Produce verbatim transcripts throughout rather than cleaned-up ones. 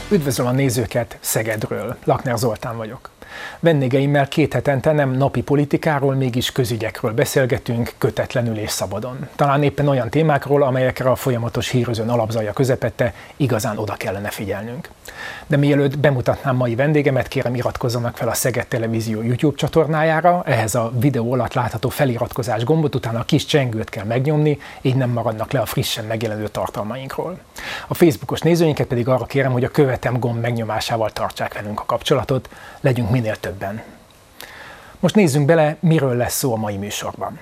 Üdvözlöm a nézőket Szegedről, Lakner Zoltán vagyok. Vendégeimmel két hetente nem napi politikáról, mégis közügyekről beszélgetünk kötetlenül és szabadon. Talán éppen olyan témákról, amelyekre a folyamatos hírözön alapzaja közepette igazán oda kellene figyelnünk. De mielőtt bemutatnám mai vendégemet, kérem iratkozzanak fel a Szeged Televízió YouTube csatornájára, ehhez a videó alatt látható feliratkozás gombot, utána a kis csengőt kell megnyomni, így nem maradnak le a frissen megjelenő tartalmainkról. A Facebookos nézőinket pedig arra kérem, hogy a követem gomb megnyomásával tartsák velünk a kapcsolatot, legyünk minél többen. Most nézzünk bele, miről lesz szó a mai műsorban.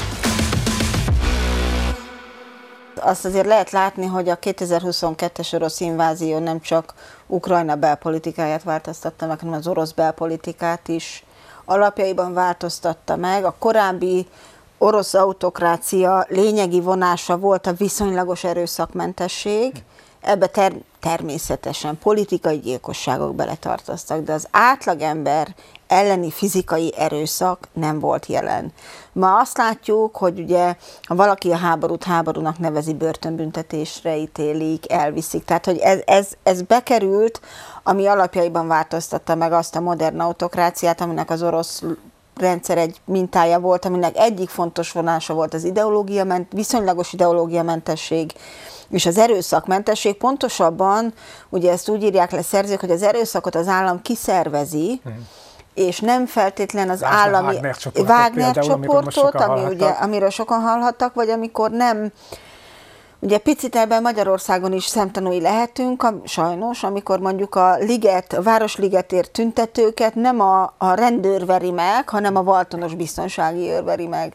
Azt azért lehet látni, hogy a kétezer-huszonkettes orosz invázió nem csak Ukrajna belpolitikáját változtatta meg, hanem az orosz belpolitikát is alapjaiban változtatta meg. A korábbi orosz autokrácia lényegi vonása volt a viszonylagos erőszakmentesség, ebbe ter természetesen politikai gyilkosságok beletartoztak, de az átlagember elleni fizikai erőszak nem volt jelen. Ma azt látjuk, hogy ugye, ha valaki a háborút háborúnak nevezi, börtönbüntetésre ítélik, elviszik. Tehát, hogy ez, ez, ez bekerült, ami alapjaiban változtatta meg azt a modern autokráciát, aminek az orosz rendszer egy mintája volt, aminek egyik fontos vonása volt az ideológia, viszonylagos ideológiamentesség, és az erőszakmentesség. Pontosabban, ugye ezt úgy írják le szerzők, hogy az erőszakot az állam kiszervezi, hmm. és nem feltétlen az Lásd állami Wagner csoportot, Wagner például, csoportot, ami ugye, amiről sokan hallhattak, vagy amikor nem. Ugye picit ebben Magyarországon is szemtanúi lehetünk, sajnos, amikor mondjuk a liget, a Városligetért tüntetőket nem a, a rendőr veri meg, hanem a valtonos biztonsági őr veri meg.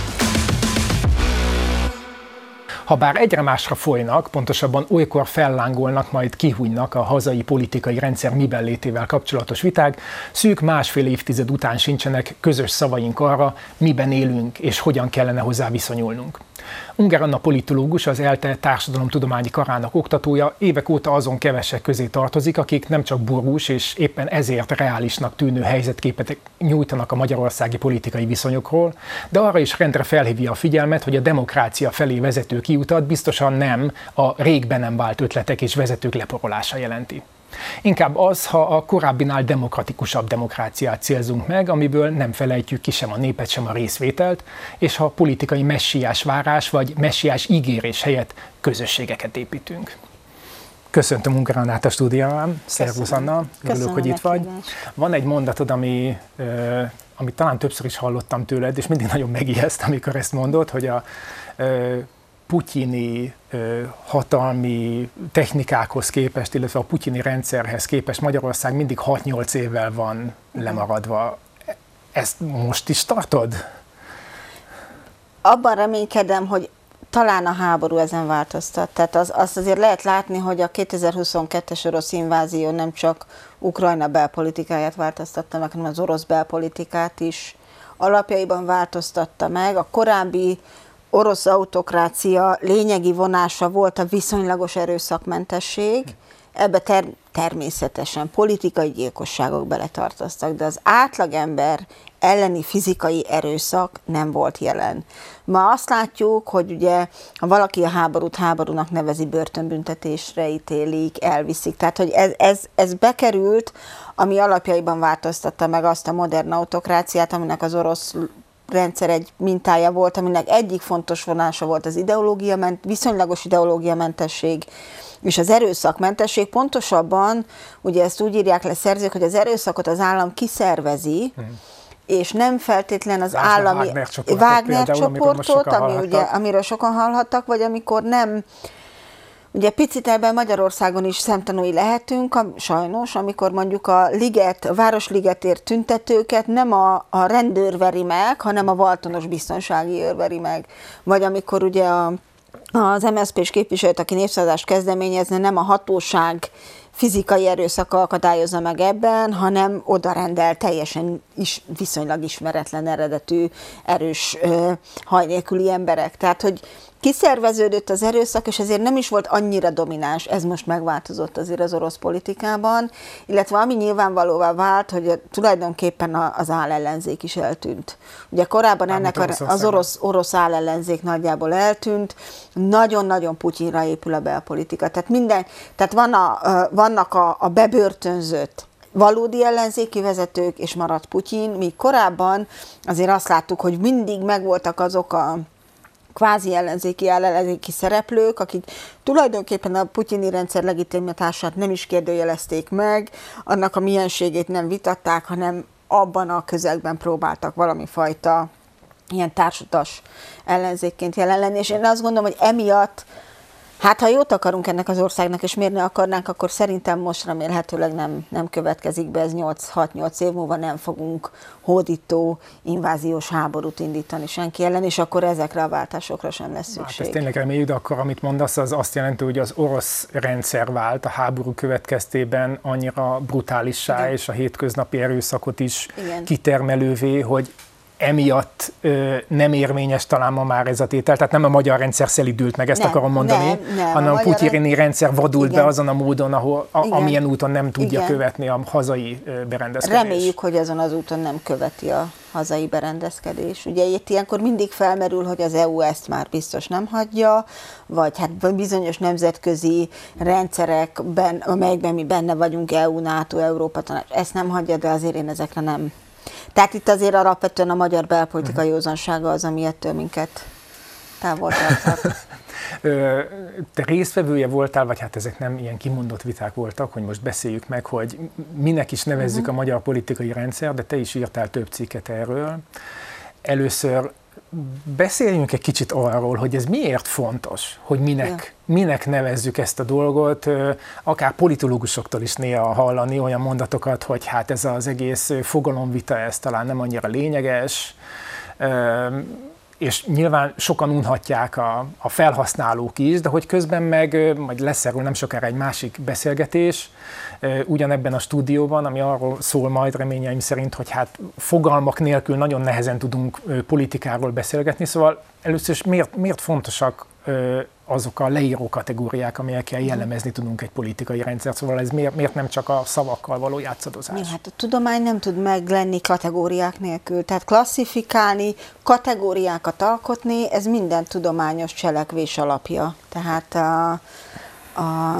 Habár egyre másra folynak, pontosabban olykor fellángolnak, majd kihújnak a hazai politikai rendszer miben létével kapcsolatos viták, szűk másfél évtized után sincsenek közös szavaink arra, miben élünk és hogyan kellene hozzá viszonyulnunk. Ungár Anna politológus, az ELTE társadalomtudományi karának oktatója évek óta azon kevesek közé tartozik, akik nem csak burgús és éppen ezért reálisnak tűnő helyzetképet nyújtanak a magyarországi politikai viszonyokról, de arra is rendre felhívja a figyelmet, hogy a demokrácia felé vezető kiutat biztosan nem a régben nem vált ötletek és vezetők leporolása jelenti. Inkább az, ha a korábbinál demokratikusabb demokráciát célzunk meg, amiből nem felejtjük ki sem a népet, sem a részvételt, és ha politikai messiás várás vagy messiás ígérés helyett közösségeket építünk. Köszöntöm Ungár Annát a stúdióban. Szervusz Anna, örülök, hogy itt vagy. Van egy mondatod, ami, uh, amit talán többször is hallottam tőled, és mindig nagyon megijeszt, amikor ezt mondod, hogy a uh, putyini ö, hatalmi technikákhoz képest, illetve a putyini rendszerhez képest Magyarország mindig hat-nyolc évvel van lemaradva. Ezt most is tartod? Abban reménykedem, hogy talán a háború ezen változtat. Tehát az, azt azért lehet látni, hogy a kétezer-huszonkettes orosz invázió nem csak Ukrajna belpolitikáját változtatta meg, hanem az orosz belpolitikát is alapjaiban változtatta meg. A korábbi orosz autokrácia lényegi vonása volt a viszonylagos erőszakmentesség, ebbe ter természetesen politikai gyilkosságok beletartoztak, de az átlagember elleni fizikai erőszak nem volt jelen. Ma azt látjuk, hogy ugye, ha valaki a háborút háborúnak nevezi, börtönbüntetésre ítélik, elviszik. Tehát, hogy ez, ez, ez bekerült, ami alapjaiban változtatta meg azt a modern autokráciát, aminek az orosz rendszer egy mintája volt, aminek egyik fontos vonása volt az ideológia, viszonylagos ideológiamentesség, és az erőszakmentesség. Pontosabban, ugye ezt úgy írják le szerzők, hogy az erőszakot az állam kiszervezi, hmm. és nem feltétlen az Lásd állami Wagner csoportot, Wagner például, csoportot, ami ugye, amiről sokan hallhattak, vagy amikor nem. Ugye picit ebben Magyarországon is szemtanúi lehetünk, sajnos, amikor mondjuk a liget, a Városligetért tüntetőket nem a, a rendőr veri meg, hanem a valtonos biztonsági őr veri meg. Vagy amikor ugye a, az em es zé pés képviselőt, aki népszavazást kezdeményezne, nem a hatóság fizikai erőszak akadályozza meg ebben, hanem oda rendel teljesen is, viszonylag ismeretlen eredetű, erős, ö, hajnélküli emberek. Tehát, hogy kiszerveződött az erőszak, és ezért nem is volt annyira domináns, ez most megváltozott azért az orosz politikában, illetve ami nyilvánvalóvá vált, hogy tulajdonképpen az állellenzék is eltűnt. Ugye korábban ennek a, az orosz, orosz állellenzék nagyjából eltűnt, nagyon-nagyon Putyinra épül a belpolitika. Tehát minden, tehát van a, van vannak a, a bebörtönzött valódi ellenzéki vezetők, és maradt Putyin, míg korábban azért azt láttuk, hogy mindig megvoltak azok a kvázi ellenzéki, ellenzéki szereplők, akik tulajdonképpen a putyini rendszer legitimitását nem is kérdőjelezték meg, annak a mienségét nem vitatták, hanem abban a közegben próbáltak valami fajta ilyen társutas ellenzékként jelen lenni, és én azt gondolom, hogy emiatt, hát ha jót akarunk ennek az országnak, és miért ne akarnánk, akkor szerintem most remélhetőleg nem, nem következik be, ez hat-nyolc év múlva nem fogunk hódító inváziós háborút indítani senki ellen, és akkor ezekre a váltásokra sem lesz szükség. Hát ezt tényleg reméljük, de akkor amit mondasz, az azt jelenti, hogy az orosz rendszer vált a háború következtében annyira brutálissá, igen, és a hétköznapi erőszakot is, igen, kitermelővé, hogy emiatt ö, nem érvényes talán ma már ez a tétel, tehát nem a magyar rendszer szelidült meg, ezt nem, akarom mondani, nem, nem, hanem a, a putyini rendszer vadult, igen, be azon a módon, ahol, a, amilyen úton nem tudja, igen, követni a hazai berendezkedés. Reméljük, hogy azon az úton nem követi a hazai berendezkedés. Ugye itt ilyenkor mindig felmerül, hogy az é u ezt már biztos nem hagyja, vagy hát bizonyos nemzetközi rendszerekben, amelyekben mi benne vagyunk, é u, NATO, Európa Tanács, ezt nem hagyja, de azért én ezekre nem. Tehát itt azért alapvetően a magyar belpolitikai józansága az, ami ettől minket távol tarthat. Te résztvevője voltál, vagy hát ezek nem ilyen kimondott viták voltak, hogy most beszéljük meg, hogy minek is nevezzük uh-huh. a magyar politikai rendszer, de te is írtál több cikket erről. Először beszéljünk egy kicsit arról, hogy ez miért fontos, hogy minek, ja. minek nevezzük ezt a dolgot, akár politológusoktól is néha hallani olyan mondatokat, hogy hát ez az egész fogalomvita, ez talán nem annyira lényeges, és nyilván sokan unhatják a, a felhasználók is, de hogy közben meg, majd lesz erről nem sokára egy másik beszélgetés, ugyanebben a stúdióban, ami arról szól majd reményeim szerint, hogy hát fogalmak nélkül nagyon nehezen tudunk politikáról beszélgetni, szóval először is miért, miért fontosak azok a leíró kategóriák, amelyekkel jellemezni tudunk egy politikai rendszert, szóval ez miért, miért nem csak a szavakkal való játszadozás? Ja, hát a tudomány nem tud meglenni kategóriák nélkül, tehát klasszifikálni, kategóriákat alkotni, ez minden tudományos cselekvés alapja. Tehát a, a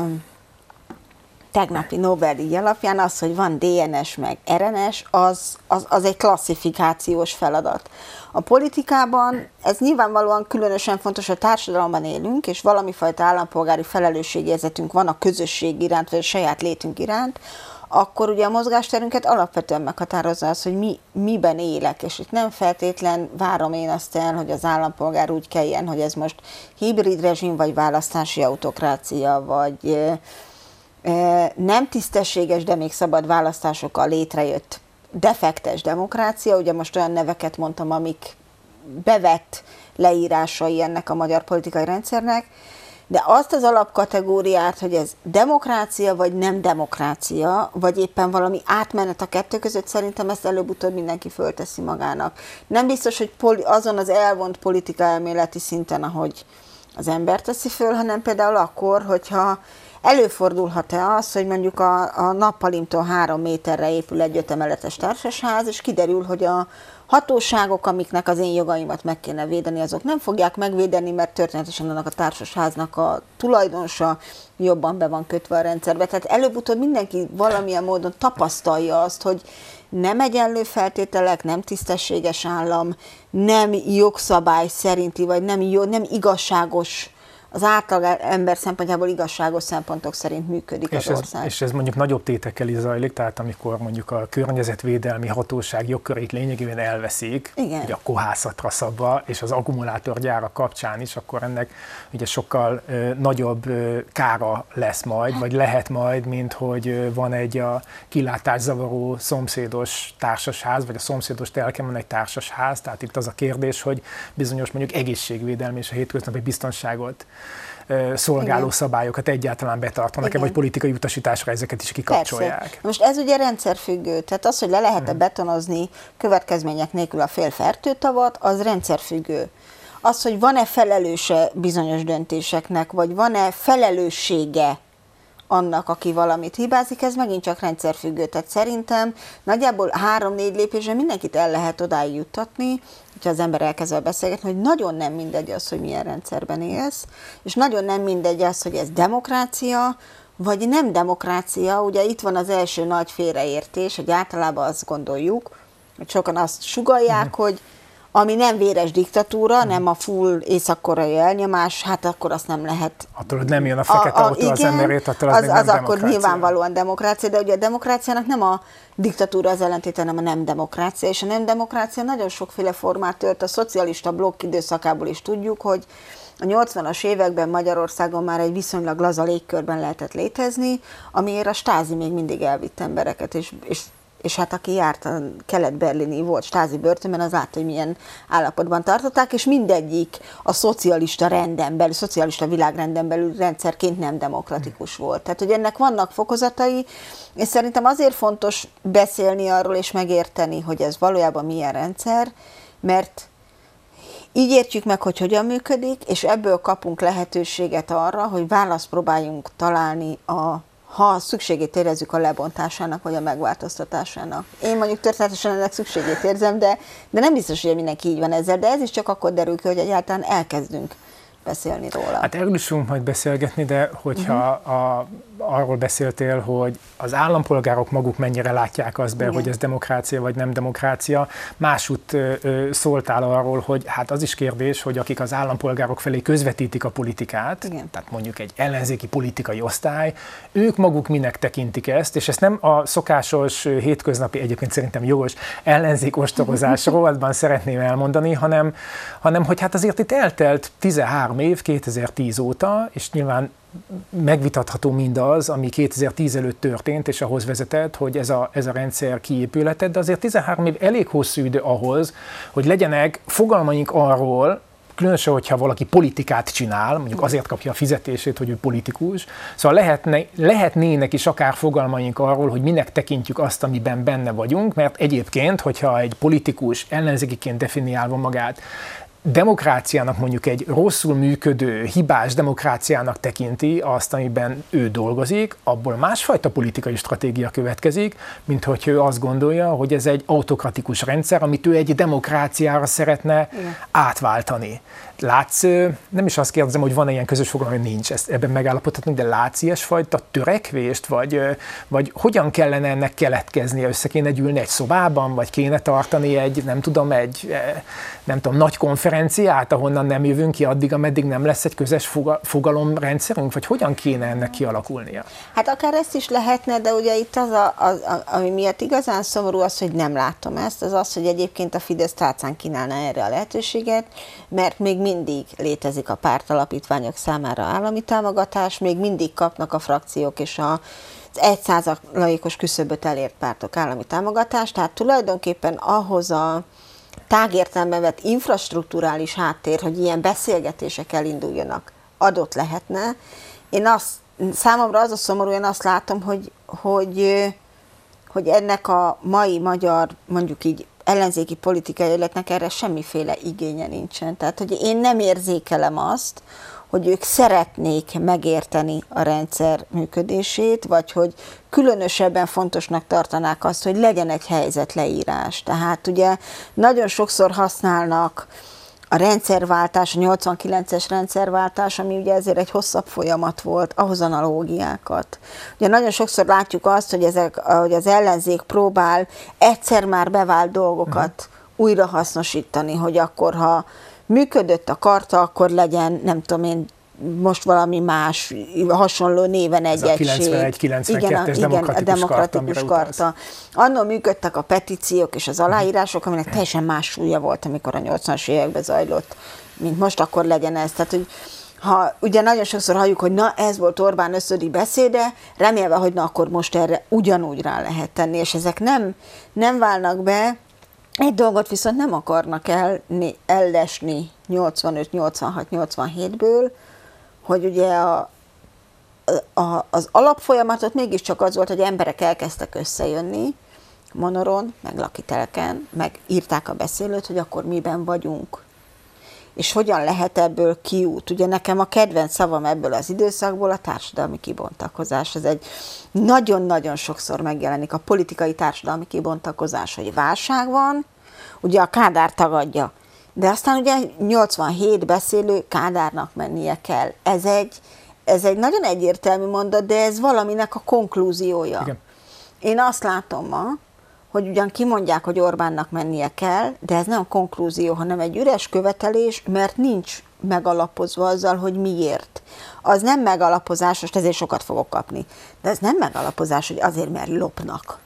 tegnapi Nobel-díj alapján az, hogy van dé en es meg er en es, az, az, az egy klasszifikációs feladat. A politikában ez nyilvánvalóan különösen fontos, hogy társadalomban élünk, és valami fajta állampolgári felelősségérzetünk van a közösség iránt, vagy a saját létünk iránt, akkor ugye a mozgásterünket alapvetően meghatározza az, hogy mi, miben élek, és itt nem feltétlen várom én azt el, hogy az állampolgár úgy kelljen, hogy ez most hibrid rezsim, vagy választási autokrácia, vagy nem tisztességes, de még szabad választásokkal létrejött defektes demokrácia, ugye most olyan neveket mondtam, amik bevett leírásai ennek a magyar politikai rendszernek, de azt az alapkategóriát, hogy ez demokrácia vagy nem demokrácia, vagy éppen valami átmenet a kettő között, szerintem ezt előbb-utóbb mindenki fölteszi magának. Nem biztos, hogy azon az elvont politikaelméleti szinten, ahogy az ember teszi föl, hanem például akkor, hogyha előfordulhat-e az, hogy mondjuk a, a nappalimtól három méterre épül egy ötemeletes társasház, és kiderül, hogy a hatóságok, amiknek az én jogaimat meg kéne védeni, azok nem fogják megvédeni, mert történetesen annak a társasháznak a tulajdonosa jobban be van kötve a rendszerbe. Tehát előbb-utóbb mindenki valamilyen módon tapasztalja azt, hogy nem egyenlő feltételek, nem tisztességes állam, nem jogszabály szerinti, vagy nem, jó, nem igazságos, az átlag ember szempontjából igazságos szempontok szerint működik és az ország. Ez, és ez mondjuk nagyobb tétekkel is zajlik, tehát amikor mondjuk a környezetvédelmi hatóság jogkörét lényegében elveszik, ugye a kohászatra szabva, és az akkumulátorgyárak kapcsán is, akkor ennek ugye sokkal ö, nagyobb ö, kára lesz majd, vagy lehet majd, mint hogy ö, van egy a kilátászavaró szomszédos társasház, vagy a szomszédos telkemen egy társasház, tehát itt az a kérdés, hogy bizonyos mondjuk egészségvédelmi és a hétköznapi biztonságot szolgáló igen. szabályokat egyáltalán betartanak-e, vagy politikai utasításra ezeket is kikapcsolják. Persze. Most ez ugye rendszerfüggő, tehát az, hogy le lehet-e hmm. betonozni következmények nélkül a fél fertőtavat, az rendszerfüggő. Az, hogy van-e felelőse bizonyos döntéseknek, vagy van-e felelőssége annak, aki valamit hibázik, ez megint csak rendszerfüggő. Tehát szerintem nagyjából három-négy lépésre mindenkit el lehet odáig juttatni, hogyha az ember elkezd beszélgetni, hogy nagyon nem mindegy az, hogy milyen rendszerben élsz, és nagyon nem mindegy az, hogy ez demokrácia, vagy nem demokrácia. Ugye itt van az első nagy félreértés, hogy általában azt gondoljuk, hogy sokan azt sugallják, uh-huh. hogy ami nem véres diktatúra, uh-huh. nem a full észak-koreai elnyomás, hát akkor azt nem lehet. Attól, hogy nem jön a fekete a, a, autó az emberét, attól az, az, az nem akkor nyilvánvalóan demokrácia, de ugye a demokráciának nem a diktatúra az ellentéte, hanem a nem demokrácia, és a nem demokrácia nagyon sokféle formát ölt. A szocialista blokk időszakából is tudjuk, hogy a nyolcvanas években Magyarországon már egy viszonylag laza légkörben lehetett létezni, amiért a Stázi még mindig elvitt embereket, és, és, és hát aki járt a kelet-berlini volt Stázi börtönben, az látta, hogy milyen állapotban tartották, és mindegyik a szocialista renden belül, szocialista világrenden belül rendszerként nem demokratikus volt. Tehát, hogy ennek vannak fokozatai, és szerintem azért fontos beszélni arról és megérteni, hogy ez valójában milyen rendszer, mert így értjük meg, hogy hogyan működik, és ebből kapunk lehetőséget arra, hogy választ próbáljunk találni, a, ha szükségét érezzük a lebontásának, vagy a megváltoztatásának. Én mondjuk történetesen ennek szükségét érzem, de, de nem biztos, hogy mindenki így van ezzel, de ez is csak akkor derül ki, hogy egyáltalán elkezdünk beszélni róla. Hát erről is fogunk majd beszélgetni, de hogyha uh-huh. a, arról beszéltél, hogy az állampolgárok maguk mennyire látják azt be, igen. hogy ez demokrácia vagy nem demokrácia, másút ö, ö, szóltál arról, hogy hát az is kérdés, hogy akik az állampolgárok felé közvetítik a politikát, igen. tehát mondjuk egy ellenzéki politikai osztály, ők maguk minek tekintik ezt, és ezt nem a szokásos hétköznapi, egyébként szerintem jogos ellenzék ostorozás rovatban szeretném elmondani, hanem, hanem hogy hát azért itt eltelt tizenhárom év, kétezer-tíz óta, és nyilván megvitatható mindaz, ami kétezer-tíz előtt történt, és ahhoz vezetett, hogy ez a, ez a rendszer kiépületett, de azért tizenhárom év elég hosszú idő ahhoz, hogy legyenek fogalmaink arról, különösen, hogyha valaki politikát csinál, mondjuk azért kapja a fizetését, hogy ő politikus, szóval lehetne, lehetnének is akár fogalmaink arról, hogy minek tekintjük azt, amiben benne vagyunk, mert egyébként, hogyha egy politikus ellenzékiként definiálva magát demokráciának, mondjuk egy rosszul működő, hibás demokráciának tekinti azt, amiben ő dolgozik, abból másfajta politikai stratégia következik, mint hogy ő azt gondolja, hogy ez egy autokratikus rendszer, amit ő egy demokráciára szeretne igen. átváltani. Látsz, nem is azt kérdezem, hogy van-e ilyen közös fogalom, hogy nincs, ezt ebben megállapodhatunk, de látsz ilyesfajta törekvést, vagy, vagy hogyan kellene ennek keletkeznie, össze kéne gyűlni egy szobában, vagy kéne tartani egy, nem tudom, egy nem tudom, nagy konferenciát, ahonnan nem jövünk ki addig, ameddig nem lesz egy közös fogalomrendszerünk, vagy hogyan kéne ennek kialakulnia? Hát akár ezt is lehetne, de ugye itt az, a, az a, ami miatt igazán szomorú az, hogy nem látom ezt, az az, hogy egyébként a Fidesz tálcán kínálna erre a lehetőséget, mert még mindig létezik a pártalapítványok számára állami támogatás, még mindig kapnak a frakciók és a az egy százalékos küszöböt elért pártok állami támogatást, tehát tulajdonképpen ahhoz a tágértelemben vett infrastrukturális háttér, hogy ilyen beszélgetések elinduljanak, adott lehetne. Én azt, számomra az a szomorú, én azt látom, hogy, hogy, hogy ennek a mai magyar, mondjuk így ellenzéki politikai életnek erre semmiféle igénye nincsen. Tehát, hogy én nem érzékelem azt, hogy ők szeretnék megérteni a rendszer működését, vagy hogy különösebben fontosnak tartanák azt, hogy legyen egy helyzetleírás. Tehát ugye nagyon sokszor használnak a rendszerváltás, a nyolcvankilences rendszerváltás, ami ugye ezért egy hosszabb folyamat volt, ahhoz analógiákat. Ugye nagyon sokszor látjuk azt, hogy, ezek, hogy az ellenzék próbál egyszer már bevált dolgokat mm. újra hasznosítani, hogy akkor, ha működött a karta, akkor legyen, nem tudom én, most valami más, hasonló néven egy egység. Ez a kilencvenegy kilencvenkettes igen, demokratikus, igen, a demokratikus karta. karta. Annól működtek a petíciók és az aláírások, aminek teljesen más súlya volt, amikor a nyolcvanas években zajlott, mint most, akkor legyen ez. Tehát, hogy ha ugye nagyon sokszor halljuk, hogy na, ez volt Orbán összödi beszéde, remélve, hogy na, akkor most erre ugyanúgy rá lehet tenni, és ezek nem, nem válnak be. Egy dolgot viszont nem akarnak el, ellesni nyolcvanöt nyolcvanhat nyolcvanhétből, hogy ugye a, a, az alapfolyamatot mégiscsak az volt, hogy emberek elkezdtek összejönni monoron, meg lakiteleken, meg írták a beszélőt, hogy akkor miben vagyunk. És hogyan lehet ebből kiút. Ugye nekem a kedvenc szavam ebből az időszakból a társadalmi kibontakozás. Ez egy nagyon-nagyon sokszor megjelenik a politikai társadalmi kibontakozás, hogy válság van, ugye a Kádár tagadja. De aztán ugye nyolcvanhét beszélő Kádárnak mennie kell. Ez egy, ez egy nagyon egyértelmű mondat, de ez valaminek a konklúziója. Igen. Én azt látom ma, hogy ugyan kimondják, hogy Orbánnak mennie kell, de ez nem a konklúzió, hanem egy üres követelés, mert nincs megalapozva azzal, hogy miért. Az nem megalapozás, most ezért sokat fogok kapni, de ez nem megalapozás, hogy azért, mert lopnak.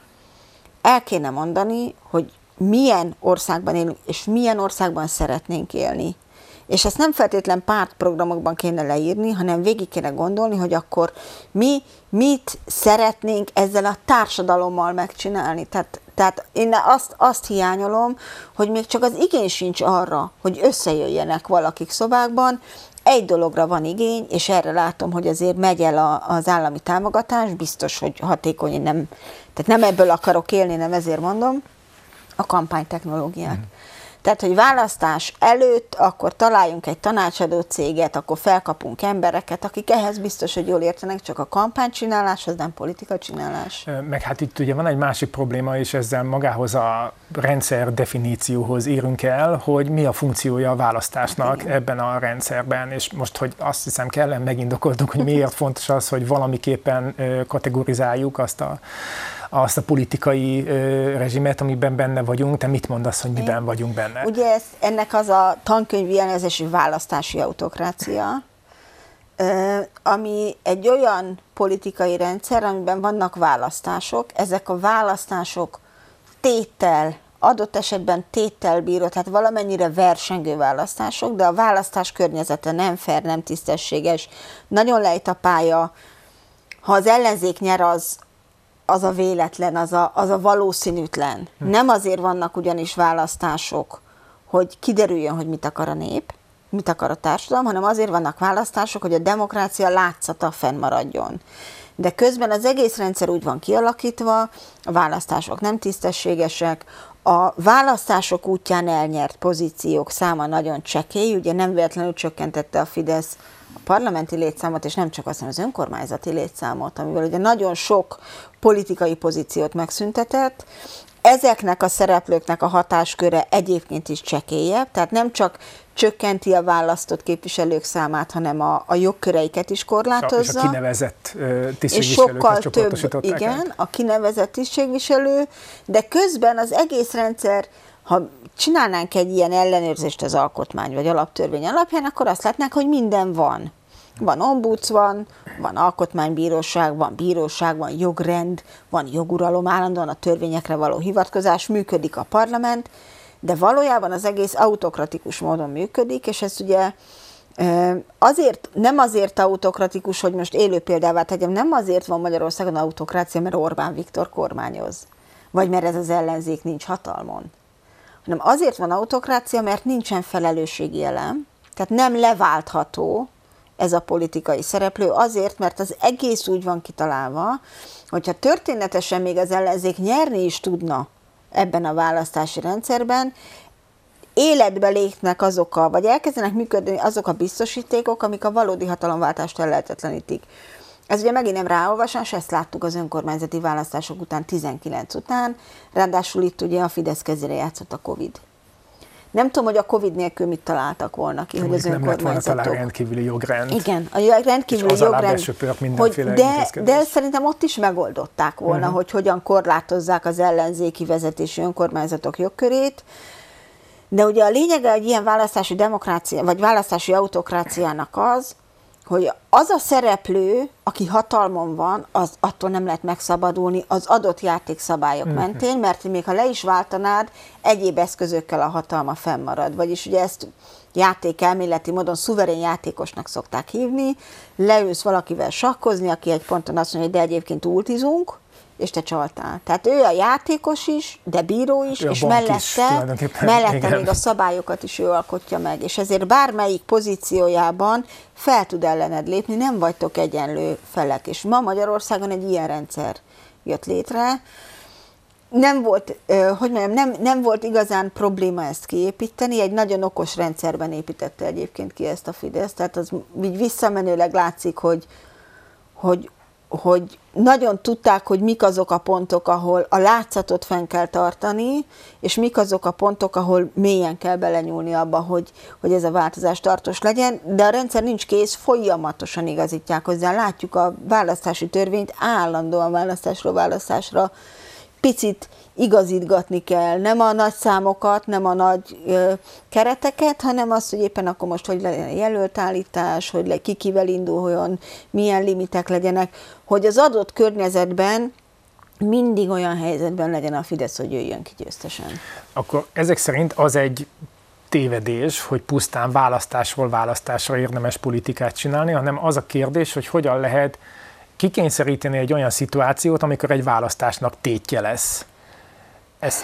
El kéne mondani, hogy milyen országban élünk, és milyen országban szeretnénk élni. És ezt nem feltétlen pártprogramokban kéne leírni, hanem végig kéne gondolni, hogy akkor mi mit szeretnénk ezzel a társadalommal megcsinálni. Tehát, tehát én azt, azt hiányolom, hogy még csak az igény sincs arra, hogy összejöjjenek valakik szobákban. Egy dologra van igény, és erre látom, hogy azért megy el a, az állami támogatás, biztos, hogy hatékony, nem, tehát nem ebből akarok élni, nem ezért mondom, a kampánytechnológiák. Mm. Tehát, hogy választás előtt, akkor találjunk egy tanácsadó céget, akkor felkapunk embereket, akik ehhez biztos, hogy jól értenek, csak a kampánycsinálás, az nem politika csinálás. Meg hát itt ugye van egy másik probléma, és ezzel magához a rendszer definícióhoz írunk el, hogy mi a funkciója a választásnak Igen. ebben a rendszerben, és most, hogy azt hiszem kellene megindokolnunk, hogy miért fontos az, hogy valamiképpen kategorizáljuk azt a azt a politikai ö, rezsimet, amiben benne vagyunk. Te mit mondasz, hogy miben vagyunk benne? Ugye ez, ennek az a tankönyvi elnevezési választási autokrácia, ö, ami egy olyan politikai rendszer, amiben vannak választások. Ezek a választások téttel, adott esetben téttel bíró, tehát valamennyire versengő választások, de a választás környezete nem fair, nem tisztességes, nagyon lejt a pálya. Ha az ellenzék nyer, az az a véletlen, az a, az a valószínűtlen. Hm. Nem azért vannak ugyanis választások, hogy kiderüljön, hogy mit akar a nép, mit akar a társadalom, hanem azért vannak választások, hogy a demokrácia látszata fennmaradjon. De közben az egész rendszer úgy van kialakítva, a választások nem tisztességesek, a választások útján elnyert pozíciók száma nagyon csekély, ugye nem véletlenül csökkentette a Fidesz a parlamenti létszámot, és nem csak azt, hanem az önkormányzati létszámot, amivel ugye nagyon sok politikai pozíciót megszüntetett. Ezeknek a szereplőknek a hatásköre egyébként is csekélyebb, tehát nem csak csökkenti a választott képviselők számát, hanem a, a jogköreiket is korlátozza. És a kinevezett tisztségviselőket csoportosították. Igen, a kinevezett tisztségviselő, de közben az egész rendszer, ha csinálnánk egy ilyen ellenőrzést az alkotmány vagy alaptörvény alapján, akkor azt látnánk, hogy minden van. Van ombudsman, van alkotmánybíróság, van bíróság, van jogrend, van joguralom, állandóan a törvényekre való hivatkozás, működik a parlament, de valójában az egész autokratikus módon működik, és ez ugye azért, nem azért autokratikus, hogy most élő példává tegyem, nem azért van Magyarországon autokrácia, mert Orbán Viktor kormányoz, vagy mert ez az ellenzék nincs hatalmon, hanem azért van autokrácia, mert nincsen felelősségi elem, tehát nem leváltható ez a politikai szereplő, azért, mert az egész úgy van kitalálva, hogyha történetesen még az ellenzék nyerni is tudna ebben a választási rendszerben, életbe lépnek azok a, vagy elkezdenek működni azok a biztosítékok, amik a valódi hatalomváltást ellehetetlenítik. Ez ugye megint nem ráolvasás, ezt láttuk az önkormányzati választások után, tizenkilenc után, ráadásul itt ugye a Fidesz kezére játszott a Covid. Nem tudom, hogy a Covid nélkül mit találtak volna ki, hogy az nem önkormányzatok... lett volna talán rendkívüli jogrend. Igen, a rendkívüli jogrend, hogy de, de szerintem ott is megoldották volna, uh-huh. hogy hogyan korlátozzák az ellenzéki vezetési önkormányzatok jogkörét. De ugye a lényege egy ilyen választási demokrácia, vagy választási autokráciának az, hogy az a szereplő, aki hatalmon van, az attól nem lehet megszabadulni az adott játékszabályok uh-huh. mentén, mert még ha le is váltanád, egyéb eszközökkel a hatalma fennmarad. Vagyis ugye ezt játékelméleti módon szuverén játékosnak szokták hívni, leülsz valakivel sakkozni, aki egy ponton azt mondja, hogy de egyébként ultizunk, és te csaltál. Tehát ő a játékos is, de bíró is, ő és mellette, is, mellette még a szabályokat is ő alkotja meg. És ezért bármelyik pozíciójában fel tud ellened lépni, nem vagytok egyenlő felek. És ma Magyarországon egy ilyen rendszer jött létre. Nem volt, hogy mondjam, nem, nem volt igazán probléma ezt kiépíteni, egy nagyon okos rendszerben építette egyébként ki ezt a Fidesz. Tehát az így visszamenőleg látszik, hogy, hogy hogy nagyon tudták, hogy mik azok a pontok, ahol a látszatot fenn kell tartani, és mik azok a pontok, ahol mélyen kell belenyúlni abba, hogy, hogy ez a változás tartós legyen, de a rendszer nincs kész, folyamatosan igazítják hozzá. Látjuk a választási törvényt, állandóan választásról választásra picit igazítgatni kell, nem a nagy számokat, nem a nagy ö, kereteket, hanem azt, hogy éppen akkor most hogy legyen jelöltállítás, hogy le, ki kivel induljon, milyen limitek legyenek, hogy az adott környezetben mindig olyan helyzetben legyen a Fidesz, hogy jöjjön ki győztesen. Akkor ezek szerint az egy tévedés, hogy pusztán választásról választásra érdemes politikát csinálni, hanem az a kérdés, hogy hogyan lehet kikényszeríteni egy olyan szituációt, amikor egy választásnak tétje lesz. Ezt...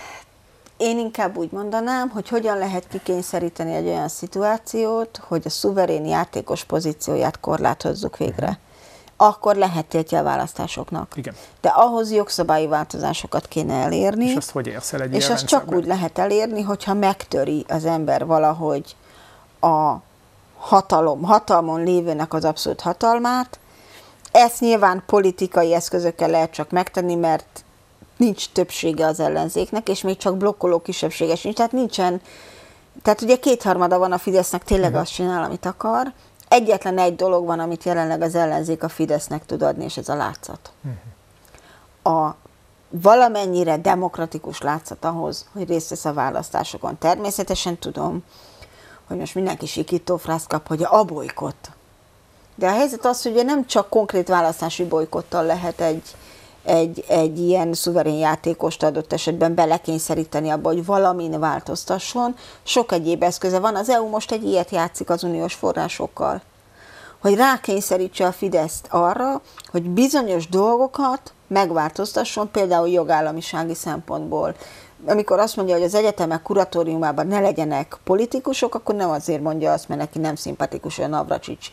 Én inkább úgy mondanám, hogy hogyan lehet kikényszeríteni egy olyan szituációt, hogy a szuverén játékos pozícióját korlátozzuk végre. Uh-huh. Akkor lehet tiltja a választásoknak. Igen. De ahhoz jogszabályi változásokat kéne elérni. És azt hogy érsz el egy És azt csak úgy lehet elérni, hogyha megtöri az ember valahogy a hatalom, hatalmon lévőnek az abszolút hatalmát. Ezt nyilván politikai eszközökkel lehet csak megtenni, mert nincs többsége az ellenzéknek, és még csak blokkoló kisebbsége sincs, tehát nincsen, tehát ugye kétharmada van a Fidesznek, tényleg uh-huh. azt csinál, amit akar. Egyetlen egy dolog van, amit jelenleg az ellenzék a Fidesznek tud adni, és ez a látszat. Uh-huh. A valamennyire demokratikus látszat ahhoz, hogy részt vesz a választásokon. Természetesen tudom, hogy most mindenki sikítófrászt kap, hogy a bolykott. De a helyzet az, hogy nem csak konkrét választási bolykottal lehet egy, egy, egy ilyen szuverén játékost adott esetben belekényszeríteni abba, hogy valamin változtasson. Sok egyéb eszköze van. Az é u most egy ilyet játszik az uniós forrásokkal. Hogy rákényszerítse a Fideszt arra, hogy bizonyos dolgokat megváltoztasson, például jogállamisági szempontból. Amikor azt mondja, hogy az egyetemek kuratóriumában ne legyenek politikusok, akkor nem azért mondja azt, mert neki nem szimpatikus a Navracsics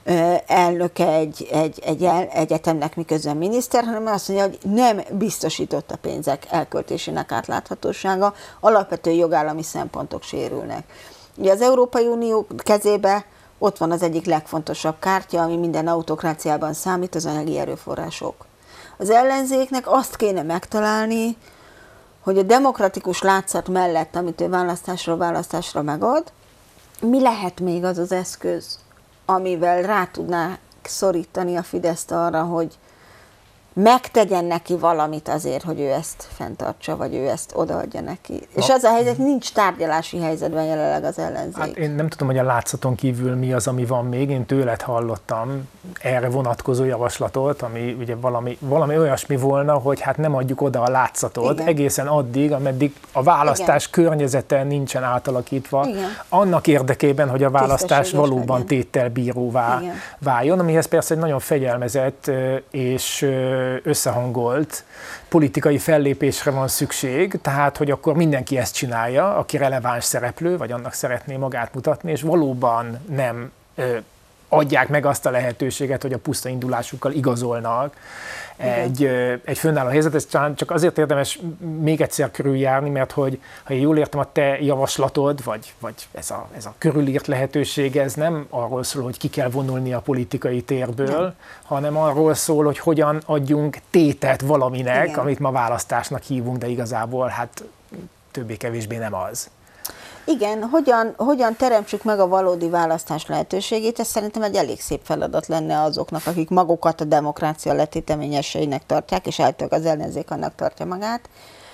elnöke egy, egy, egy el, egyetemnek, miközben miniszter, hanem azt mondja, hogy nem biztosított a pénzek elköltésének átláthatósága, alapvető jogállami szempontok sérülnek. Ugye az Európai Unió kezébe ott van az egyik legfontosabb kártya, ami minden autokráciában számít, az anyagi erőforrások. Az ellenzéknek azt kéne megtalálni, hogy a demokratikus látszat mellett, amit ő választásról választásra megad, mi lehet még az az eszköz, amivel rá tudná szorítani a Fideszt arra, hogy megtegyen neki valamit azért, hogy ő ezt fenntartsa, vagy ő ezt odaadja neki. Na. És az a helyzet, nincs tárgyalási helyzetben jelenleg az ellenzék. Hát én nem tudom, hogy a látszaton kívül mi az, ami van még. Én tőled hallottam erre vonatkozó javaslatot, ami ugye valami, valami olyasmi volna, hogy hát nem adjuk oda a látszatot. Igen. Egészen addig, ameddig a választás Igen. környezete nincsen átalakítva. Igen. Annak érdekében, hogy a választás valóban legyen. Téttelbíróvá Igen. váljon, amihez persze egy nagyon fegyelmezett és összehangolt politikai fellépésre van szükség, tehát, hogy akkor mindenki ezt csinálja, aki releváns szereplő, vagy annak szeretné magát mutatni, és valóban nem ö, adják meg azt a lehetőséget, hogy a puszta indulásukkal igazolnak egy, ö, egy fönnálló helyzet. Ez csak azért érdemes még egyszer körüljárni, mert hogy, ha én jól értem, a te javaslatod, vagy, vagy ez, a, ez a körülírt lehetőség, ez nem arról szól, hogy ki kell vonulni a politikai térből, nem. hanem arról szól, hogy hogyan adjunk tétet valaminek, Igen. amit ma választásnak hívunk, de igazából hát többé-kevésbé nem az. Igen, hogyan, hogyan teremtsük meg a valódi választás lehetőségét, ez szerintem egy elég szép feladat lenne azoknak, akik magukat a demokrácia letéteményeseinek tartják, és általában az ellenzék annak tartja magát.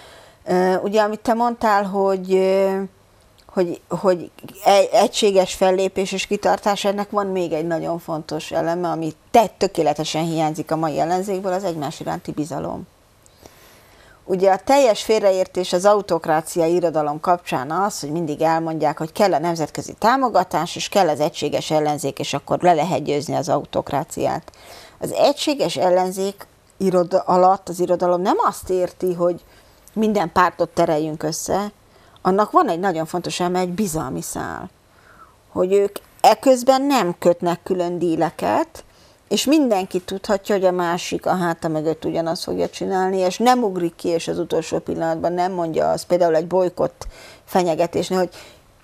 Ugye, amit te mondtál, hogy, hogy, hogy egységes fellépés és kitartás, ennek van még egy nagyon fontos eleme, ami tökéletesen hiányzik a mai ellenzékből, az egymás iránti bizalom. Ugye a teljes félreértés az autokrácia irodalom kapcsán az, hogy mindig elmondják, hogy kell a nemzetközi támogatás, és kell az egységes ellenzék, és akkor le lehet győzni az autokráciát. Az egységes ellenzék iroda alatt az irodalom nem azt érti, hogy minden pártot tereljünk össze, annak van egy nagyon fontos eleme, egy bizalmi szál. Hogy ők eközben nem kötnek külön díleket, és mindenki tudhatja, hogy a másik a háta mögött ugyanazt fogja csinálni, és nem ugrik ki, és az utolsó pillanatban nem mondja azt, például egy bolykott fenyegetésnél, hogy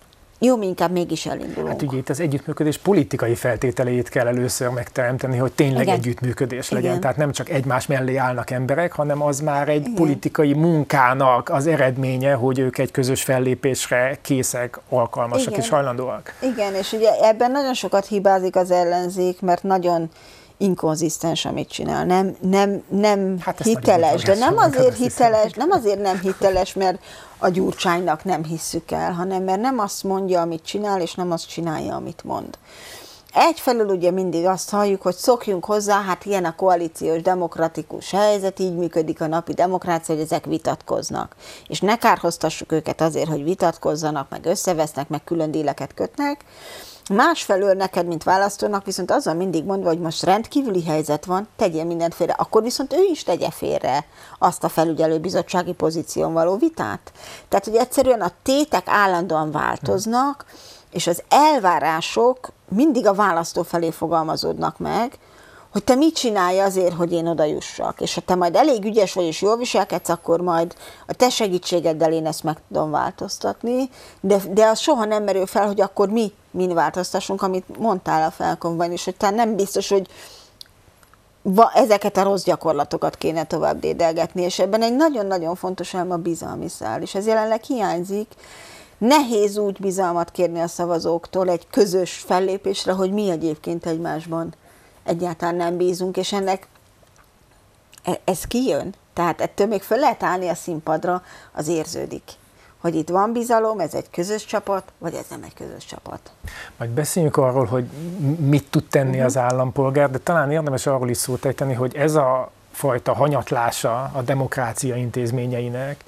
jó, mi inkább mégis elindulunk. Hát ugye itt az együttműködés politikai feltételeit kell először megteremteni, hogy tényleg Igen. együttműködés legyen. Igen. Tehát nem csak egymás mellé állnak emberek, hanem az már egy Igen. politikai munkának az eredménye, hogy ők egy közös fellépésre készek, alkalmasak Igen. és hajlandóak. Igen, és ugye ebben nagyon sokat hibázik az ellenzék, mert nagyon inkonzisztens, amit csinál. Nem, nem, nem hát hiteles, de nem azért hiteles, nem azért nem hiteles, mert a Gyurcsánynak nem hisszük el, hanem mert nem azt mondja, amit csinál, és nem azt csinálja, amit mond. Egyfelől ugye mindig azt halljuk, hogy szokjunk hozzá, hát ilyen a koalíciós demokratikus helyzet, így működik a napi demokrácia, hogy ezek vitatkoznak. És ne kárhoztassuk őket azért, hogy vitatkozzanak, meg összevesznek, meg külön díleket kötnek. Másfelől neked, mint választónak, viszont azzal mindig mondva, hogy most rendkívüli helyzet van, tegyél mindent félre, akkor viszont ő is tegye félre azt a felügyelőbizottsági pozíción való vitát. Tehát, hogy egyszerűen a tétek állandóan változnak, és az elvárások mindig a választó felé fogalmazódnak meg, hogy te mit csinálj azért, hogy én oda jussak. És ha te majd elég ügyes vagy és jól viselkedsz, akkor majd a te segítségeddel én ezt meg tudom változtatni, de, de az soha nem merül fel, hogy akkor mi mind változtassunk, amit mondtál a felkonban is, hogy talán nem biztos, hogy va, ezeket a rossz gyakorlatokat kéne tovább dédelgetni, és ebben egy nagyon-nagyon fontos elem a bizalmi szál, és ez jelenleg hiányzik. Nehéz úgy bizalmat kérni a szavazóktól egy közös fellépésre, hogy mi egyébként egymásban egyáltalán nem bízunk, és ennek ez kijön. Tehát ettől még föl lehet állni a színpadra, az érződik, hogy itt van bizalom, ez egy közös csapat, vagy ez nem egy közös csapat. Majd beszéljünk arról, hogy mit tud tenni uh-huh. az állampolgár, de talán érdemes arról is szót ejteni, hogy ez a fajta hanyatlása a demokrácia intézményeinek,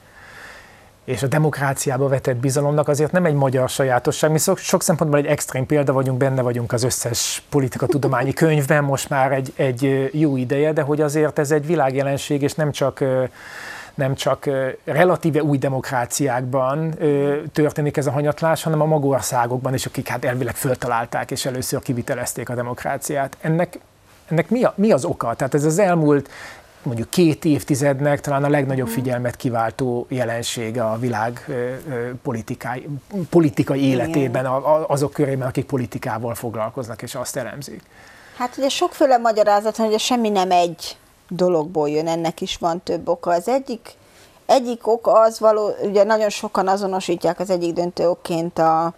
és a demokráciába vetett bizalomnak azért nem egy magyar sajátosság. Mi sok, sok szempontból egy extrém példa vagyunk, benne vagyunk az összes politikatudományi könyvben most már egy, egy jó ideje, de hogy azért ez egy világjelenség, és nem csak, nem csak relatíve új demokráciákban történik ez a hanyatlás, hanem a magországokban is, akik hát elvileg föltalálták és először kivitelezték a demokráciát. Ennek, ennek mi, a, mi az oka? Tehát ez az elmúlt mondjuk két évtizednek talán a legnagyobb figyelmet kiváltó jelensége a világ politikai, politikai életében, azok körében, akik politikával foglalkoznak és azt elemzik. Hát ugye sokféle magyarázat van, hogy semmi nem egy dologból jön, ennek is van több oka. Az egyik, egyik ok az való, ugye nagyon sokan azonosítják az egyik döntő okként a,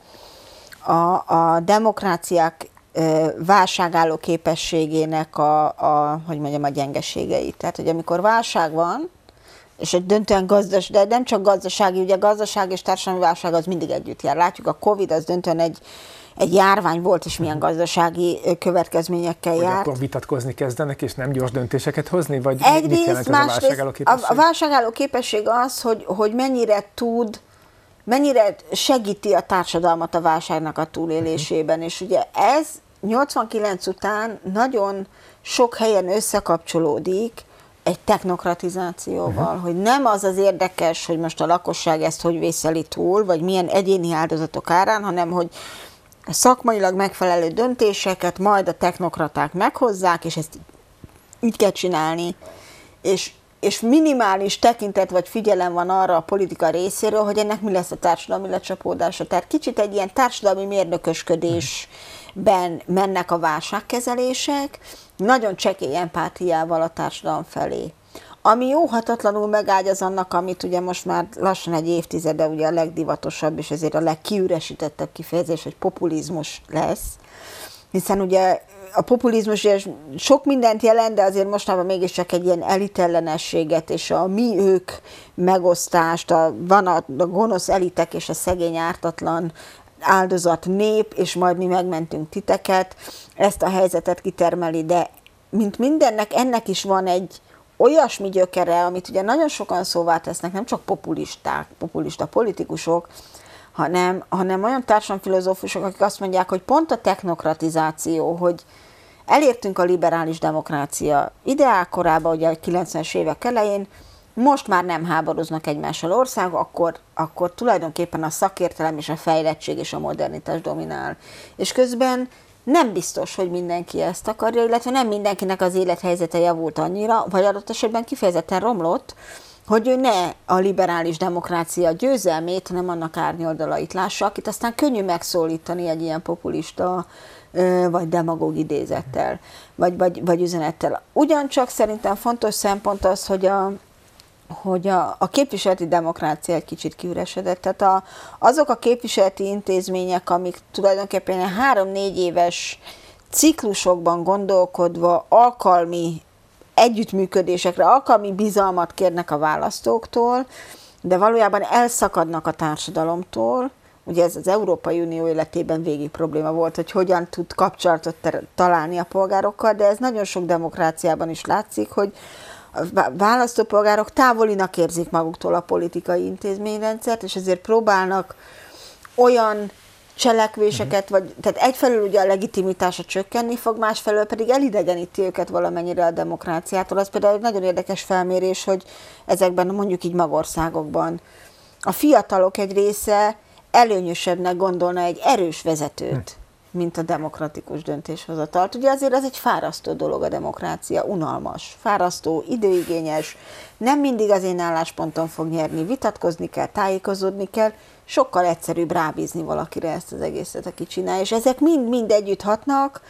a, a demokráciák válságálló képességének a, a, hogy mondjam, a gyengeségeit. Tehát, hogy amikor válság van, és egy döntően gazdas, de nem csak gazdasági, ugye gazdaság és társadalmi válság az mindig együtt jár. Látjuk, a Covid az döntően egy, egy járvány volt, és milyen gazdasági következményekkel hogy járt. Akkor vitatkozni kezdenek, és nem gyors döntéseket hozni? Vagy Egyrészt, mit jelent ez a válságálló képesség? A, a válságálló képesség az, hogy, hogy mennyire tud, mennyire segíti a társadalmat a válságnak a túlélésében, uh-huh. és ugye ez nyolcvankilenc után nagyon sok helyen összekapcsolódik egy technokratizációval, uh-huh. hogy nem az az érdekes, hogy most a lakosság ezt hogy vészeli túl, vagy milyen egyéni áldozatok árán, hanem hogy a szakmailag megfelelő döntéseket majd a technokraták meghozzák, és ezt így kell csinálni. És, és minimális tekintet vagy figyelem van arra a politika részéről, hogy ennek mi lesz a társadalmi lecsapódása. Tehát kicsit egy ilyen társadalmi mérnökösködés ben mennek a válságkezelések, nagyon csekély empátiával a társadalom felé. Ami óhatatlanul megágyaz annak, amit ugye most már lassan egy évtizede ugye a legdivatosabb, és ezért a legkiüresítettebb kifejezés, hogy populizmus lesz, hiszen ugye a populizmus ugye sok mindent jelent, de azért mostanában mégiscsak egy ilyen elitellenességet és a mi ők megosztást, a, van a, a gonosz elitek és a szegény ártatlan áldozat nép, és majd mi megmentünk titeket, ezt a helyzetet kitermeli, de mint mindennek, ennek is van egy olyasmi gyökere, amit ugye nagyon sokan szóvá tesznek, nem csak populisták, populista politikusok, hanem, hanem olyan társadalomfilozófusok, akik azt mondják, hogy pont a technokratizáció, hogy elértünk a liberális demokrácia ideálkorába, ugye a kilencvenes évek elején, most már nem háborúznak egymással országok, akkor, akkor tulajdonképpen a szakértelem és a fejlettség és a modernitás dominál. És közben nem biztos, hogy mindenki ezt akarja, illetve nem mindenkinek az élethelyzete javult annyira, vagy adott esetben kifejezetten romlott, hogy ő ne a liberális demokrácia győzelmét, hanem annak árnyoldalait lássa, akit aztán könnyű megszólítani egy ilyen populista vagy demagóg idézettel, vagy, vagy, vagy üzenettel. Ugyancsak szerintem fontos szempont az, hogy a, hogy a, a képviseleti demokrácia egy kicsit kiüresedett. Tehát a, azok a képviseleti intézmények, amik tulajdonképpen három-négy éves ciklusokban gondolkodva alkalmi együttműködésekre, alkalmi bizalmat kérnek a választóktól, de valójában elszakadnak a társadalomtól. Ugye ez az Európai Unió életében végig probléma volt, hogy hogyan tud kapcsolatot találni a polgárokkal, de ez nagyon sok demokráciában is látszik, hogy a választópolgárok távolinak érzik maguktól a politikai intézményrendszert, és ezért próbálnak olyan cselekvéseket, vagy, tehát egyfelől ugye a legitimitása csökkenni fog, másfelől pedig elidegeníti őket valamennyire a demokráciától. Az például egy nagyon érdekes felmérés, hogy ezekben mondjuk így magországokban a fiatalok egy része előnyösebbnek gondolna egy erős vezetőt, mint a demokratikus döntéshozatalt. Ugye azért ez egy fárasztó dolog a demokrácia, unalmas, fárasztó, időigényes, nem mindig az én állásponton fog nyerni, vitatkozni kell, tájékozódni kell, sokkal egyszerűbb rábízni valakire ezt az egészet, aki csinálja, és ezek mind-mind együtt hatnak,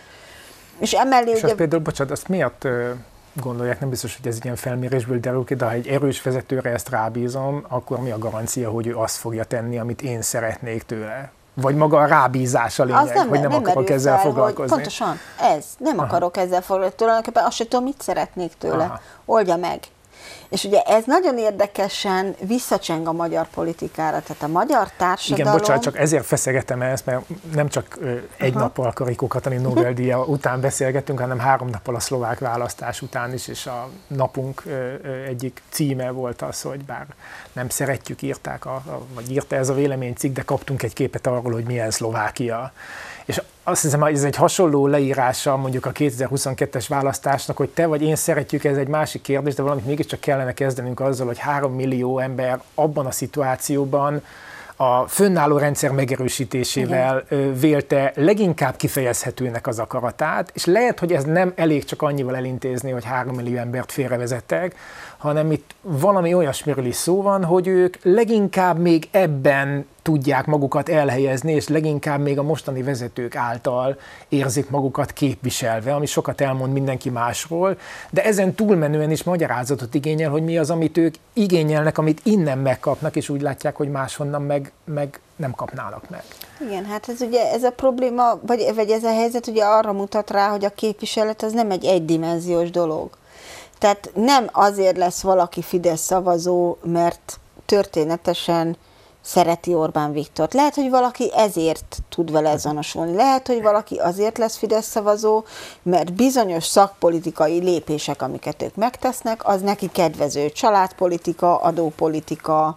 és emellé... És ugye... például, bocsánat, azt miatt gondolják, nem biztos, hogy ez ilyen felmérésből derül ki, de ha egy erős vezetőre ezt rábízom, akkor mi a garancia, hogy ő azt fogja tenni, amit én szeretnék tőle? Vagy maga a rábízás a lényeg, nem, hogy nem, nem akarok ezzel fel, foglalkozni? Pontosan, ez. Nem Aha. akarok ezzel foglalkozni. Tulajdonképpen azt sem tudom, mit szeretnék tőle. Aha. Oldja meg. És ugye ez nagyon érdekesen visszacseng a magyar politikára, tehát a magyar társadalom... Igen, bocsánat, csak ezért feszegetem ezt, mert nem csak egy Aha. nappal a Karikó Katalin Nobel-díja után beszélgettünk, hanem három nappal a szlovák választás után is, és a napunk egyik címe volt az, hogy bár nem szeretjük, írták, a, vagy írta ez a véleménycikk, de kaptunk egy képet arról, hogy milyen Szlovákia. És azt hiszem, hogy ez egy hasonló leírása mondjuk a kétezer-huszonkettes választásnak, hogy te vagy én szeretjük, ez egy másik kérdés, de valamit mégiscsak kellene kezdenünk azzal, hogy három millió ember abban a szituációban a fönnálló rendszer megerősítésével Igen. vélte leginkább kifejezhetőnek az akaratát, és lehet, hogy ez nem elég csak annyival elintézni, hogy három millió embert félrevezettek, hanem itt valami olyasmiről is szó van, hogy ők leginkább még ebben tudják magukat elhelyezni, és leginkább még a mostani vezetők által érzik magukat képviselve, ami sokat elmond mindenki másról, de ezen túlmenően is magyarázatot igényel, hogy mi az, amit ők igényelnek, amit innen megkapnak, és úgy látják, hogy máshonnan meg, meg nem kapnának meg. Igen, hát ez ugye ez a probléma, vagy, vagy ez a helyzet ugye arra mutat rá, hogy a képviselet az nem egy egydimenziós dolog. Tehát nem azért lesz valaki Fidesz szavazó, mert történetesen szereti Orbán Viktort. Lehet, hogy valaki ezért tud vele azonosulni. Lehet, hogy valaki azért lesz Fidesz szavazó, mert bizonyos szakpolitikai lépések, amiket ők megtesznek, az neki kedvező. Családpolitika, adópolitika,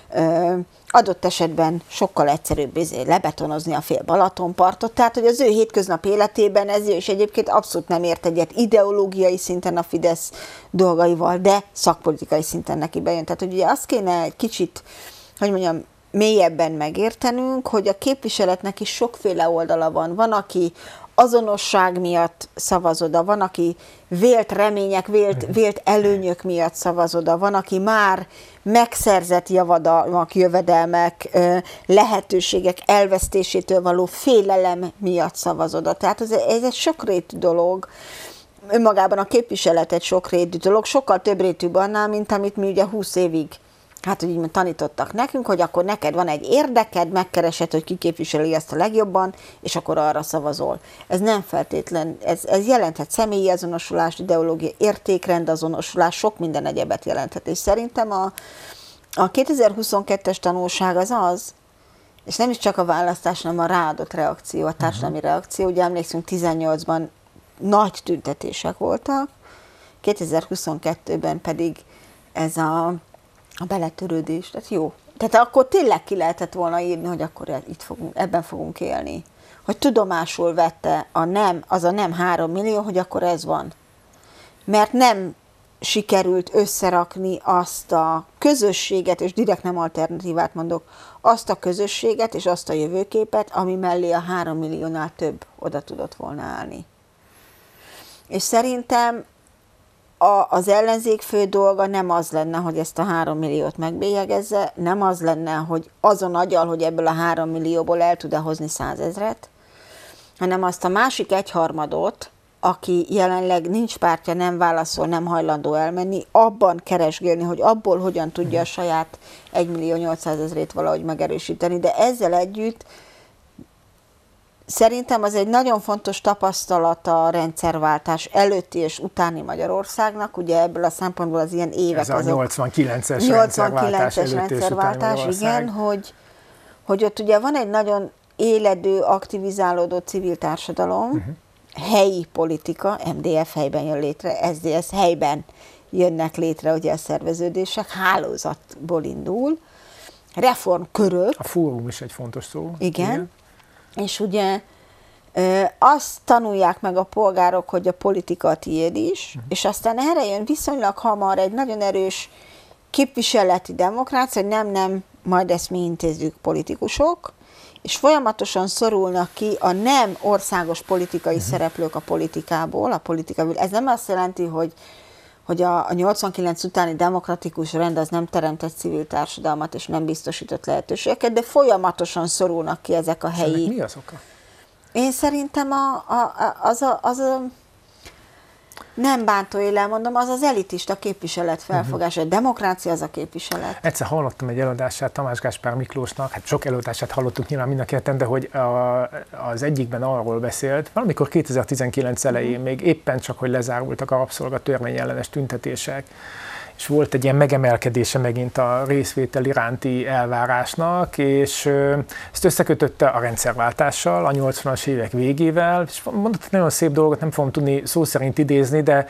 adott esetben sokkal egyszerűbb lebetonozni a fél Balatonpartot, tehát hogy az ő hétköznap életében ez és egyébként abszolút nem ért egyet ideológiai szinten a Fidesz dolgaival, de szakpolitikai szinten neki bejön. Tehát hogy ugye azt kéne egy kicsit, hogy mondjam, mélyebben megértenünk, hogy a képviseletnek is sokféle oldala van. Van, aki azonosság miatt szavaz oda, van, aki vélt remények, vélt, vélt előnyök miatt szavaz oda, van, aki már megszerzett javadalmak, jövedelmek, lehetőségek elvesztésétől való félelem miatt szavaz oda. Tehát ez, ez egy sokrétű dolog. Önmagában a képviselet egy sokrétű dolog, sokkal több rétűbb annál, mint amit mi ugye húsz évig hát, hogy így tanítottak nekünk, hogy akkor neked van egy érdeked, megkeresed, hogy ki képviseli ezt a legjobban, és akkor arra szavazol. Ez nem feltétlen, ez, ez jelenthet személyi azonosulást, ideológia, értékrend azonosulás, sok minden egyebet jelenthet. És szerintem a, a kétezer-huszonkettes tanulság az az, és nem is csak a választás, hanem a ráadott reakció, a társadalmi uh-huh. reakció. Ugye emlékszünk, tizennyolcban nagy tüntetések voltak, kétezer-huszonkettőben pedig ez a a beletörődés, tehát jó. Tehát akkor tényleg ki lehetett volna írni, hogy akkor itt fogunk, ebben fogunk élni. Hogy tudomásul vette a nem, az a nem három millió, hogy akkor ez van. Mert nem sikerült összerakni azt a közösséget, és direkt nem alternatívát mondok, azt a közösséget és azt a jövőképet, ami mellé a három milliónál több oda tudott volna állni. És szerintem a, az ellenzék fő dolga nem az lenne, hogy ezt a három milliót megbélyegezze, nem az lenne, hogy azon agyal, hogy ebből a három millióból el tud-e hozni százezret, hanem azt a másik egyharmadot, aki jelenleg nincs pártja, nem válaszol, nem hajlandó elmenni, abban keresgélni, hogy abból hogyan tudja a saját egymillió nyolcszázezrét valahogy megerősíteni, de ezzel együtt szerintem az egy nagyon fontos tapasztalata a rendszerváltás előtti és utáni Magyarországnak, ugye ebből a szempontból az ilyen évek ez a azok... nyolcvankilences rendszerváltás, rendszerváltás igen, hogy, hogy ott ugye van egy nagyon éledő, aktivizálódó civil társadalom, uh-huh. helyi politika, em dé ef helyben jön létre, es zé es helyben jönnek létre ugye a szerveződések, hálózatból indul, reformkörök. A fórum is egy fontos szó. Igen. igen. És ugye azt tanulják meg a polgárok, hogy a politika a tiéd is, uh-huh. és aztán erre jön viszonylag hamar egy nagyon erős képviseleti demokrácia, hogy nem, nem, majd ezt mi intézzük politikusok, és folyamatosan szorulnak ki a nem országos politikai uh-huh. szereplők a politikából, a politikából. Ez nem azt jelenti, hogy hogy a, a nyolcvankilenc utáni demokratikus rend az nem teremtett civil társadalmat, és nem biztosított lehetőségeket, de folyamatosan szorulnak ki ezek a helyi... Mi az oka? Én szerintem a, a, az, a, az a nem bántó élel, mondom, az az elitista képviselet felfogása. A demokrácia az a képviselet. Egyszer hallottam egy előadását Tamás Gáspár Miklósnak, hát sok előadását hallottuk nyilván mind a ketten, de hogy a, az egyikben arról beszélt, valamikor kétezer-tizenkilenc elején még éppen csak, hogy lezárultak a rabszolgatörvény ellenes tüntetések, és volt egy ilyen megemelkedése megint a részvétel iránti elvárásnak, és ezt összekötötte a rendszerváltással, a nyolcvanas évek végével, és mondott nagyon szép dolgot, nem fogom tudni szó szerint idézni, de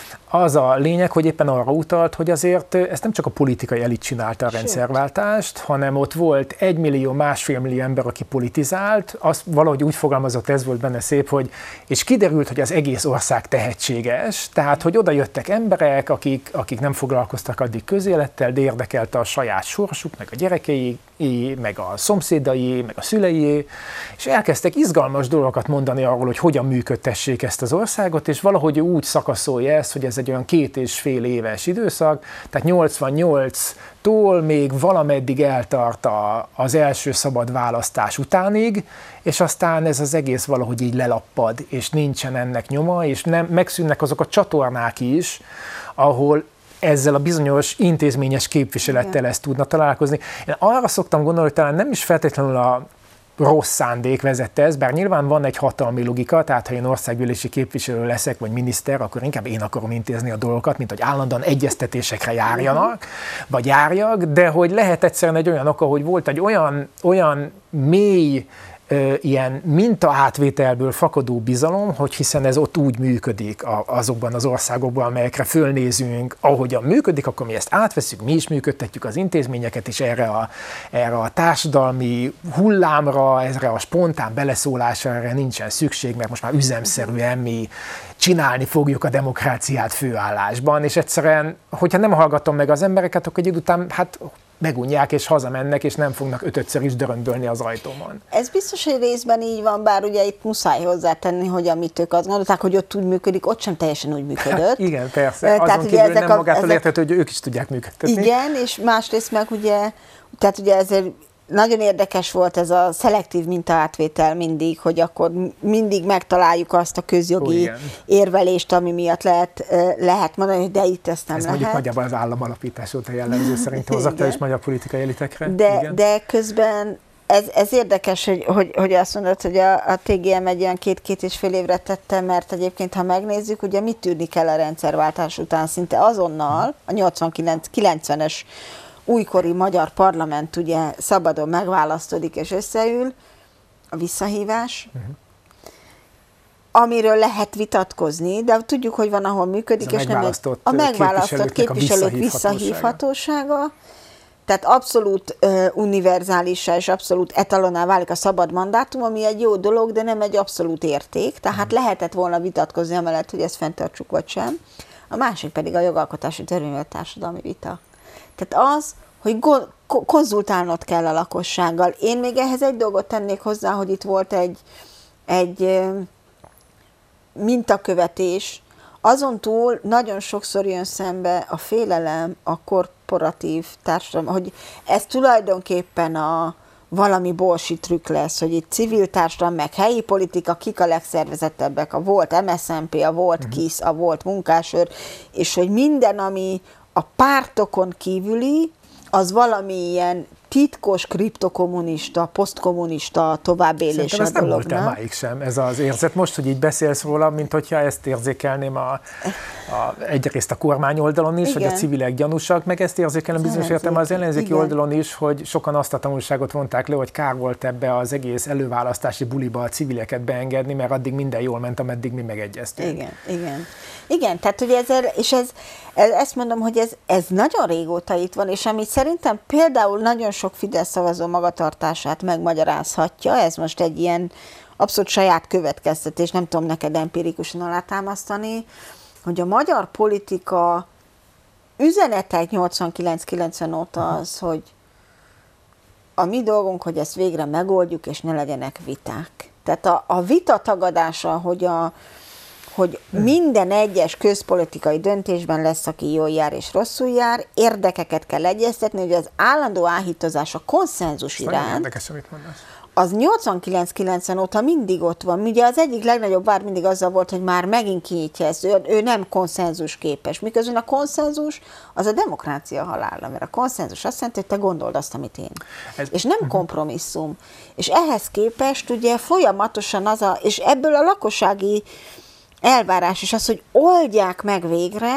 az a lényeg, hogy éppen arra utalt, hogy azért ezt nem csak a politikai elit csinálta a rendszerváltást, hanem ott volt egy millió, másfél millió ember, aki politizált, azt valahogy úgy fogalmazott, ez volt benne szép, hogy és kiderült, hogy az egész ország tehetséges, tehát hogy oda jöttek emberek, akik, akik nem foglalkoztak addig közélettel, de érdekelte a saját sorsuk, meg a gyerekei, meg a szomszédai, meg a szülei, és elkezdtek izgalmas dolgokat mondani arról, hogy hogyan működtessék ezt az országot, és valahogy úgy szakaszolja ezt, hogy ez egy olyan két és fél éves időszak, tehát nyolcvannyolctól még valameddig eltart a, az első szabad választás utánig, és aztán ez az egész valahogy így lelappad, és nincsen ennek nyoma, és nem, megszűnnek azok a csatornák is, ahol ezzel a bizonyos intézményes képviselettel igen. ezt tudna találkozni. Én arra szoktam gondolni, hogy talán nem is feltétlenül a rossz szándék vezette ez, bár nyilván van egy hatalmi logika, tehát ha én országgyűlési képviselő leszek, vagy miniszter, akkor inkább én akarom intézni a dolgokat, mint hogy állandóan egyeztetésekre járjanak, vagy járjak, de hogy lehet egyszerűen egy olyan oka, hogy volt egy olyan, olyan mély ilyen mintaátvételből fakadó bizalom, hogy hiszen ez ott úgy működik azokban az országokban, amelyekre fölnézünk, ahogyan működik, akkor mi ezt átveszünk, mi is működtetjük az intézményeket, és erre a, erre a társadalmi hullámra, erre a spontán beleszólásra erre nincsen szükség, mert most már üzemszerűen mi csinálni fogjuk a demokráciát főállásban, és egyszerűen, hogyha nem hallgatom meg az embereket, akkor egy idő után, hát megunják és hazamennek, és nem fognak ötödször is dörömbölni az ajtómon. Ez biztos, hogy részben így van, bár ugye itt muszáj hozzátenni, hogy amit ők azt gondolták, hogy ott úgy működik, ott sem teljesen úgy működött. Igen, persze. Azon tehát kívül ezek nem magától ezek... érthető, hogy ők is tudják működtetni. Igen, és másrészt meg ugye, tehát ugye ezért nagyon érdekes volt ez a szelektív mintaátvétel mindig, hogy akkor mindig megtaláljuk azt a közjogi oh, érvelést, ami miatt lehet, lehet mondani, hogy de itt ezt nem ez lehet. Ez mondjuk nagyjából az állam alapítás óta jellemző szerintem az aktuális magyar politikai elitekre. De, de közben ez, ez érdekes, hogy, hogy, hogy azt mondod, hogy a, a té gé em egy olyan két-két és fél évre tette, mert egyébként, ha megnézzük, ugye mit tűnik el a rendszerváltás után szinte azonnal, a nyolcvankilenc-kilencvenes újkori magyar parlament ugye szabadon megválasztódik és összeül, a visszahívás, uh-huh. amiről lehet vitatkozni, de tudjuk, hogy van, ahol működik, ez és nem egy, a megválasztott képviselők visszahívhatósága. Tehát abszolút uh, univerzálissá és abszolút etaloná válik a szabad mandátum, ami egy jó dolog, de nem egy abszolút érték, tehát uh-huh. lehetett volna vitatkozni amellett, hogy ezt fenntartsuk vagy sem. A másik pedig a jogalkotási törvényről társadalmi vita. Tehát az, hogy go- konzultálnod kell a lakossággal. Én még ehhez egy dolgot tennék hozzá, hogy itt volt egy, egy mintakövetés azon túl nagyon sokszor jön szembe a félelem, a korporatív társadalom, hogy ez tulajdonképpen a valami bolsi trükk lesz, hogy itt civil társadalom, meg helyi politika, kik a legszervezettebbek, a volt em es zé en pé, a volt uh-huh. KISZ, a volt munkásőr, és hogy minden, ami a pártokon kívüli, az valami ilyen titkos, kriptokommunista, posztkommunista továbbélés a dolognak. Nem volt el máig sem ez az érzet. Most, hogy így beszélsz róla, mint hogyha ezt érzékelném a, a, egyrészt a kormány oldalon is, igen. hogy a civilek gyanúsak, meg ezt érzékelem bizonyos értelemben az ellenzéki igen. oldalon is, hogy sokan azt a tanulságot vonták le, hogy kár volt ebbe az egész előválasztási buliba a civileket beengedni, mert addig minden jól ment, ameddig mi megegyeztünk. Igen, igen. Igen, tehát hogy ezzel, és ez, ez, ezt mondom, hogy ez, ez nagyon régóta itt van, és ami szerintem például nagyon sok Fidesz szavazó magatartását megmagyarázhatja, ez most egy ilyen abszolút saját következtetés, nem tudom neked empirikusan alátámasztani, hogy a magyar politika üzenete nyolcvankilenc kilencven óta az, hogy a mi dolgunk, hogy ezt végre megoldjuk, és ne legyenek viták. Tehát a, a vita tagadása, hogy a hogy minden egyes közpolitikai döntésben lesz, aki jól jár és rosszul jár, érdekeket kell egyeztetni, hogy az állandó áhítozás a konszenzus iránt, érdekes, amit mondasz. Az nyolcvankilenc kilencven óta mindig ott van. Ugye az egyik legnagyobb vár mindig azzal volt, hogy már megint kinyitja ezt, ő, ő nem konszenzus képes. Miközben a konszenzus az a demokrácia halála, mert a konszenzus azt jelenti, hogy te gondold azt, amit én. Ez... És nem kompromisszum. És ehhez képest ugye folyamatosan az a, és ebből a lakossági elvárás is az, hogy oldják meg végre,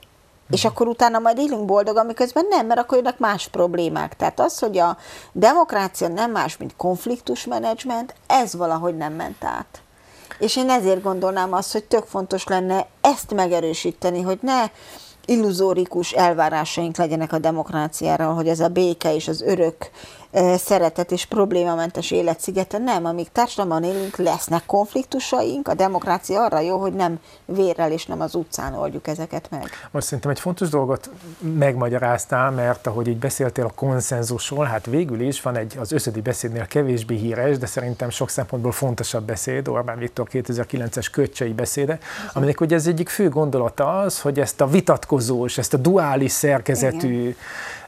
és akkor utána majd élünk boldogan, miközben nem, mert akkor jönnek más problémák. Tehát az, hogy a demokrácia nem más, mint konfliktusmenedzsment, ez valahogy nem ment át. És én ezért gondolnám azt, hogy tök fontos lenne ezt megerősíteni, hogy ne illuzórikus elvárásaink legyenek a demokráciára, hogy ez a béke és az örök szeretet és problémamentes életszigete, nem, amíg társadalomban élünk, lesznek konfliktusaink, a demokrácia arra jó, hogy nem vérrel és nem az utcán oldjuk ezeket meg. Most szerintem egy fontos dolgot megmagyaráztál, mert ahogy így beszéltél a konszenzusról, hát végül is van egy az Összödi beszédnél kevésbé híres, de szerintem sok szempontból fontosabb beszéd, Orbán Viktor kétezer-kilences Kötcsei beszéde, aminek ugye ez egyik fő gondolata az, hogy ezt a vitatkozós, ezt a duális szerkezetű igen.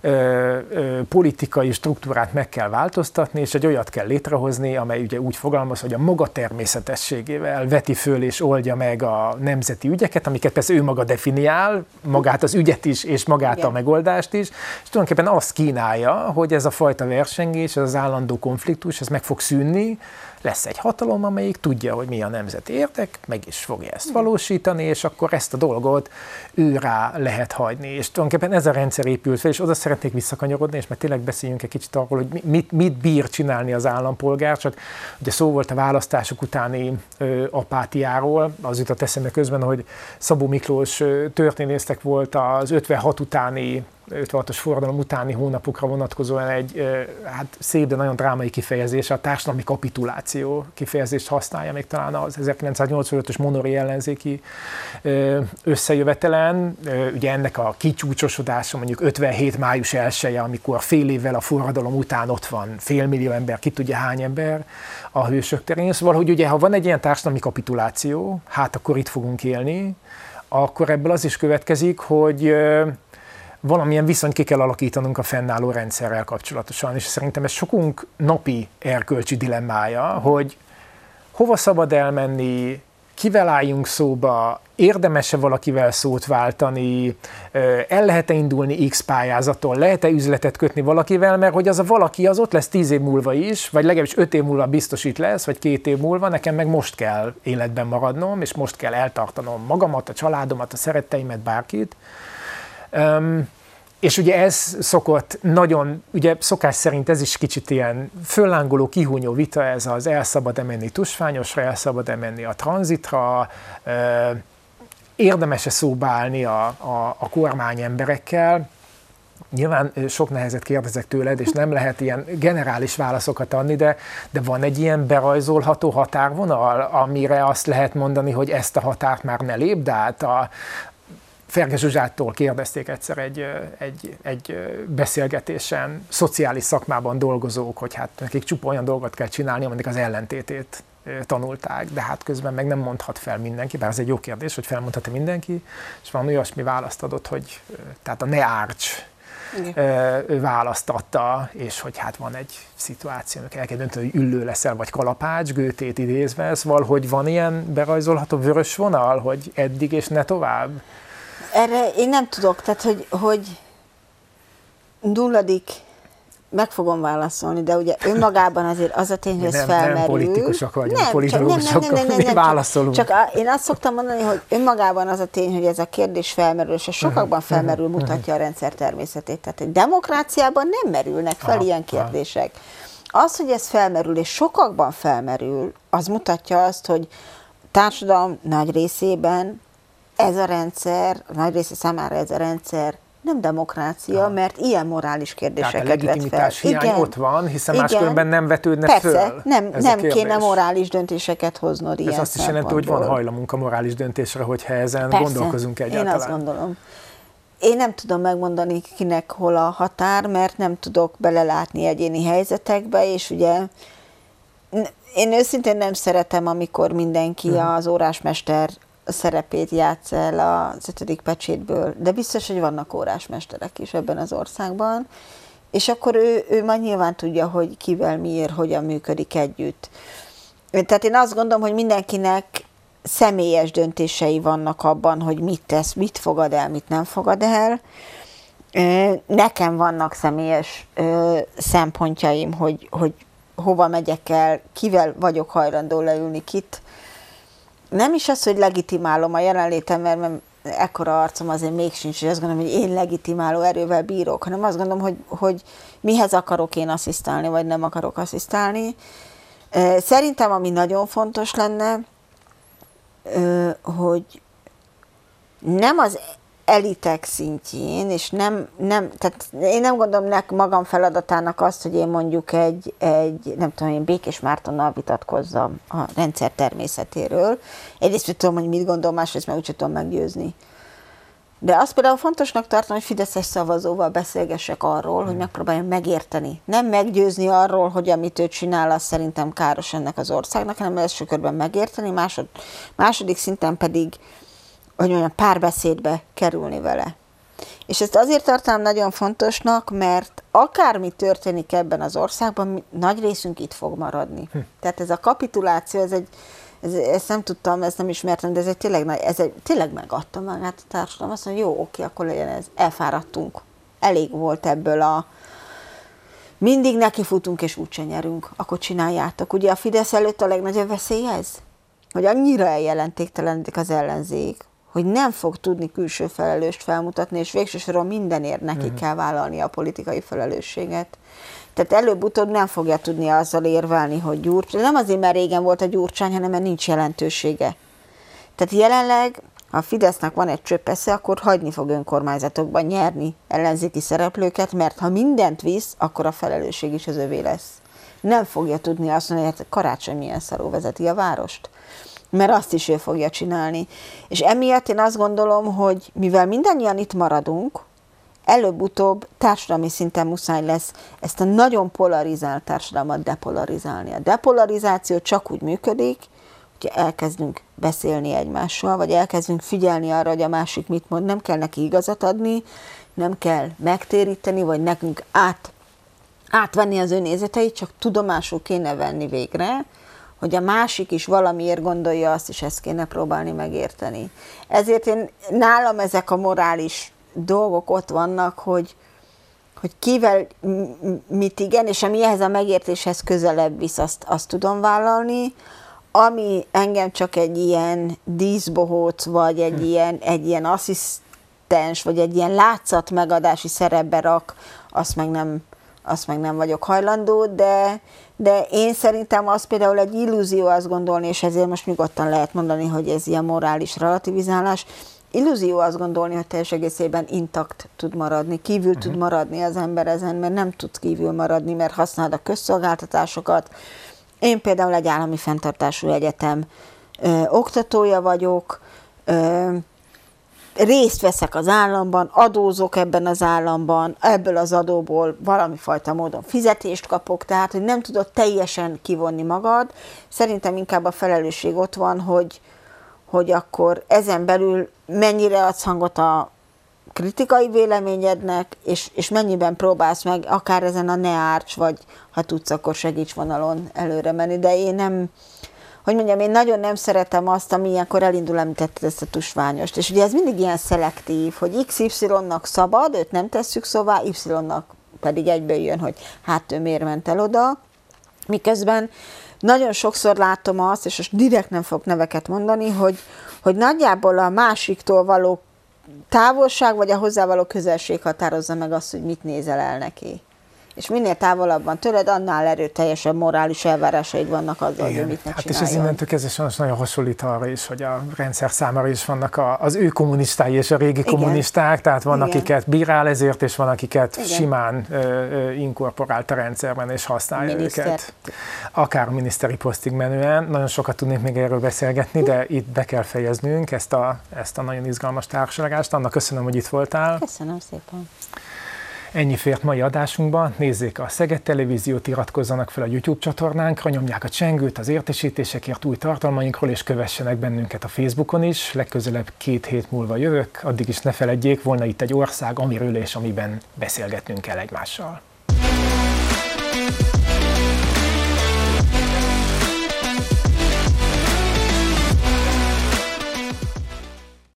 Ö, ö, politikai struktúrát meg kell változtatni, és egy olyat kell létrehozni, amely ugye úgy fogalmaz, hogy a maga természetességével veti föl és oldja meg a nemzeti ügyeket, amiket persze ő maga definiál, magát az ügyet is, és magát igen. a megoldást is, és tulajdonképpen azt kínálja, hogy ez a fajta versengés, ez az állandó konfliktus, ez meg fog szűnni, lesz egy hatalom, amelyik tudja, hogy mi a nemzeti érdek, meg is fogja ezt valósítani, és akkor ezt a dolgot ő rá lehet hagyni. És tulajdonképpen ez a rendszer épült fel, és oda szeretnék visszakanyarodni, és meg tényleg beszéljünk egy kicsit arról, hogy mit, mit bír csinálni az állampolgár, csak ugye szó volt a választások utáni ö, apátiáról, az jutott eszembe közben, hogy Szabó Miklós ö, történésznek volt az ötvenhat utáni ötvenhatos forradalom utáni hónapokra vonatkozóan egy hát szép, de nagyon drámai kifejezés, a társadalmi kapituláció kifejezést használja, még talán az ezerkilencszáznyolcvanötös monori ellenzéki összejövetelen. Ugye ennek a kicsúcsosodása mondjuk ötvenhét május elseje, amikor fél évvel a forradalom után ott van félmillió ember, ki tudja hány ember a hősök terén. Szóval, hogy ugye ha van egy ilyen társadalmi kapituláció, hát akkor itt fogunk élni, akkor ebből az is következik, hogy valamilyen viszonyt ki kell alakítanunk a fennálló rendszerrel kapcsolatosan, és szerintem ez sokunk napi erkölcsi dilemmája, hogy hova szabad elmenni, kivel álljunk szóba, érdemes-e valakivel szót váltani, el lehet-e indulni X pályázaton, lehet-e üzletet kötni valakivel, mert hogy az a valaki az ott lesz tíz év múlva is, vagy legalábbis öt év múlva biztos itt lesz, vagy két év múlva, nekem meg most kell életben maradnom, és most kell eltartanom magamat, a családomat, a szeretteimet, bárkit. Um, és ugye ez szokott nagyon, ugye szokás szerint ez is kicsit ilyen föllángoló, kihúnyó vita, ez az el szabad-e menni tusványosra, el szabad-e menni a tranzitra, uh, érdemes-e szóba állni a, a, a kormány emberekkel. Nyilván sok nehezet kérdezek tőled, és nem lehet ilyen generális válaszokat adni, de, de van egy ilyen berajzolható határvonal, amire azt lehet mondani, hogy ezt a határt már ne lépd át. A, Ferge Zsuzsától kérdezték egyszer egy, egy, egy beszélgetésen szociális szakmában dolgozók, hogy hát nekik csupa olyan dolgot kell csinálni, aminek az ellentétét tanulták, de hát közben meg nem mondhat fel mindenki, bár ez egy jó kérdés, hogy felmondhat-e mindenki, és van olyasmi választ adott, hogy tehát a ne árts ő választ adta, és hogy hát van egy szituáció, amikor el kell dönteni, hogy Üllő leszel, vagy kalapács, Goethét idézve, szóval, hogy van ilyen berajzolható vörös vonal, hogy eddig és ne tovább? Erre én nem tudok, tehát hogy, hogy nulladik meg fogom válaszolni, de ugye önmagában azért az a tény, hogy ez nem, felmerül. Nem politikusok vagyunk, politológusok, mi válaszolunk. Csak a, én azt szoktam mondani, hogy önmagában az a tény, hogy ez a kérdés felmerül, és sokakban felmerül, mutatja a rendszer természetét. Tehát egy demokráciában nem merülnek fel aha, ilyen kérdések. Az, hogy ez felmerül, és sokakban felmerül, az mutatja azt, hogy társadalom nagy részében ez a rendszer, nagy része számára ez a rendszer nem demokrácia, ha. mert ilyen morális kérdéseket vet fel. Tehát a legitimitás hiány igen, ott van, hiszen igen, máskülönben nem vetődne persze, föl. nem, nem kéne morális döntéseket hoznod ez ilyen azt is jelenti, hogy van hajlamunk a morális döntésre, hogyha ezen persze, gondolkozunk egyáltalán. Én azt gondolom. Én nem tudom megmondani, kinek hol a határ, mert nem tudok belelátni egyéni helyzetekbe, és ugye én őszintén nem szeretem, amikor mindenki uh-huh. az órásmester szerepét játsz el az ötödik pecsétből, de biztos, hogy vannak órásmesterek is ebben az országban, és akkor ő, ő majd nyilván tudja, hogy kivel, miért, hogyan működik együtt. Tehát én azt gondolom, hogy mindenkinek személyes döntései vannak abban, hogy mit tesz, mit fogad el, mit nem fogad el. Nekem vannak személyes szempontjaim, hogy, hogy hova megyek el, kivel vagyok hajlandó leülni, kit. Nem is az, hogy legitimálom a jelenlétem, mert ekkora arcom azért még sincs, hogy azt gondolom, hogy én legitimáló erővel bírok, hanem azt gondolom, hogy, hogy mihez akarok én asszisztálni, vagy nem akarok asszisztálni. Szerintem, ami nagyon fontos lenne, hogy nem az elitek szintjén, és nem, nem, tehát én nem gondolom nek magam feladatának azt, hogy én mondjuk egy, egy nem tudom, én Békés Mártonnal vitatkozzam a rendszer természetéről. Egyrészt tudom, hogy mit gondol, másrészt meg úgyse tudom meggyőzni. De azt például fontosnak tartom, hogy fideszes szavazóval beszélgessek arról, hogy megpróbáljam megérteni. Nem meggyőzni arról, hogy amit ő csinál, az szerintem káros ennek az országnak, hanem első körben megérteni, másod, második szinten pedig hogy olyan párbeszédbe kerülni vele. És ezt azért tartom nagyon fontosnak, mert akármi történik ebben az országban, nagy részünk itt fog maradni. Hm. Tehát ez a kapituláció, ez egy, ez, ezt nem tudtam, ezt nem ismertem, de ez egy tényleg, ez egy, tényleg megadta magát a társadalom. Azt mondja, jó, oké, akkor legyen ez, elfáradtunk. Elég volt ebből a mindig nekifutunk és úgyse nyerünk, akkor csináljátok. Ugye a Fidesz előtt a legnagyobb veszély ez? Hogy annyira eljelentéktelenedik az ellenzék, hogy nem fog tudni külső felelőst felmutatni, és végső soron mindenért neki uh-huh. kell vállalni a politikai felelősséget. Tehát előbb-utóbb nem fogja tudni azzal érvelni, hogy Gyurcsány, nem azért, mert régen volt a Gyurcsány, hanem mert nincs jelentősége. Tehát jelenleg, ha a Fidesznek van egy csöpp esze, akkor hagyni fog önkormányzatokban nyerni ellenzéki szereplőket, mert ha mindent visz, akkor a felelősség is az övé lesz. Nem fogja tudni azt mondani, hogy Karácsony milyen szarul vezeti a várost. Mert azt is ő fogja csinálni. És emiatt én azt gondolom, hogy mivel mindannyian itt maradunk, előbb-utóbb társadalmi szinten muszáj lesz ezt a nagyon polarizált társadalmat depolarizálni. A depolarizáció csak úgy működik, hogyha elkezdünk beszélni egymással, vagy elkezdünk figyelni arra, hogy a másik mit mond, nem kell neki igazat adni, nem kell megtéríteni, vagy nekünk át, átvenni az ő nézeteit, csak tudomásul kéne venni végre, hogy a másik is valamiért gondolja azt, és ezt kéne próbálni megérteni. Ezért én, nálam ezek a morális dolgok ott vannak, hogy, hogy kivel mit igen, és ami ehhez a megértéshez közelebb visz, azt, azt tudom vállalni. Ami engem csak egy ilyen díszbohóc, vagy egy, hm. ilyen, egy ilyen asszisztens, vagy egy ilyen látszat megadási szerepbe rak, azt meg nem, azt meg nem vagyok hajlandó, de De én szerintem az például egy illúzió azt gondolni, és ezért most nyugodtan lehet mondani, hogy ez ilyen morális relativizálás. Illúzió azt gondolni, hogy teljes egészében intakt tud maradni, kívül uh-huh. tud maradni az ember ezen, mert nem tud kívül maradni, mert használod a közszolgáltatásokat. Én például egy állami fenntartású egyetem ö, oktatója vagyok, ö, részt veszek az államban, adózok ebben az államban, ebből az adóból valami fajta módon fizetést kapok, tehát, hogy nem tudod teljesen kivonni magad. Szerintem inkább a felelősség ott van, hogy, hogy akkor ezen belül mennyire adsz hangot a kritikai véleményednek, és, és mennyiben próbálsz meg akár ezen a ne árts, vagy ha tudsz, akkor segíts vonalon előre menni. De én nem, hogy mondjam, én nagyon nem szeretem azt, ami ilyenkor elindul, említetted ezt a tusványost. És ugye ez mindig ilyen szelektív, hogy iksz ipszilonnak szabad, őt nem tesszük szóvá, Y-nak pedig egyből jön, hogy hát ő miért ment el oda. Miközben nagyon sokszor látom azt, és most direkt nem fogok neveket mondani, hogy, hogy nagyjából a másiktól való távolság, vagy a hozzávaló közelség határozza meg azt, hogy mit nézel el neki. És minél távolabban tőled, annál erőteljesebb morális elvárásaid vannak azzal, hogy mit ne hát csináljon. És ez innentől kezdve sajnos nagyon hasonlít arra is, hogy a rendszer számára is vannak a, az ő kommunistái és a régi Igen. kommunisták, tehát van, Igen. akiket bírál ezért, és van, akiket Igen. simán ö, ö, inkorporált a rendszerben, és használja Miniszter. őket. Akár a miniszteri posztig menően. Nagyon sokat tudnék még erről beszélgetni, de itt be kell fejeznünk ezt a, ezt a nagyon izgalmas társalgást. Annak köszönöm, hogy itt voltál. Köszönöm szépen. Ennyi fért mai adásunkban, nézzék a Szeged Televíziót, iratkozzanak fel a YouTube csatornánkra, nyomják a csengőt az értesítésekért új tartalmainkról, és kövessenek bennünket a Facebookon is. Legközelebb két hét múlva jövök, addig is ne feledjék, volna itt egy ország, amiről és amiben beszélgetnünk kell egymással.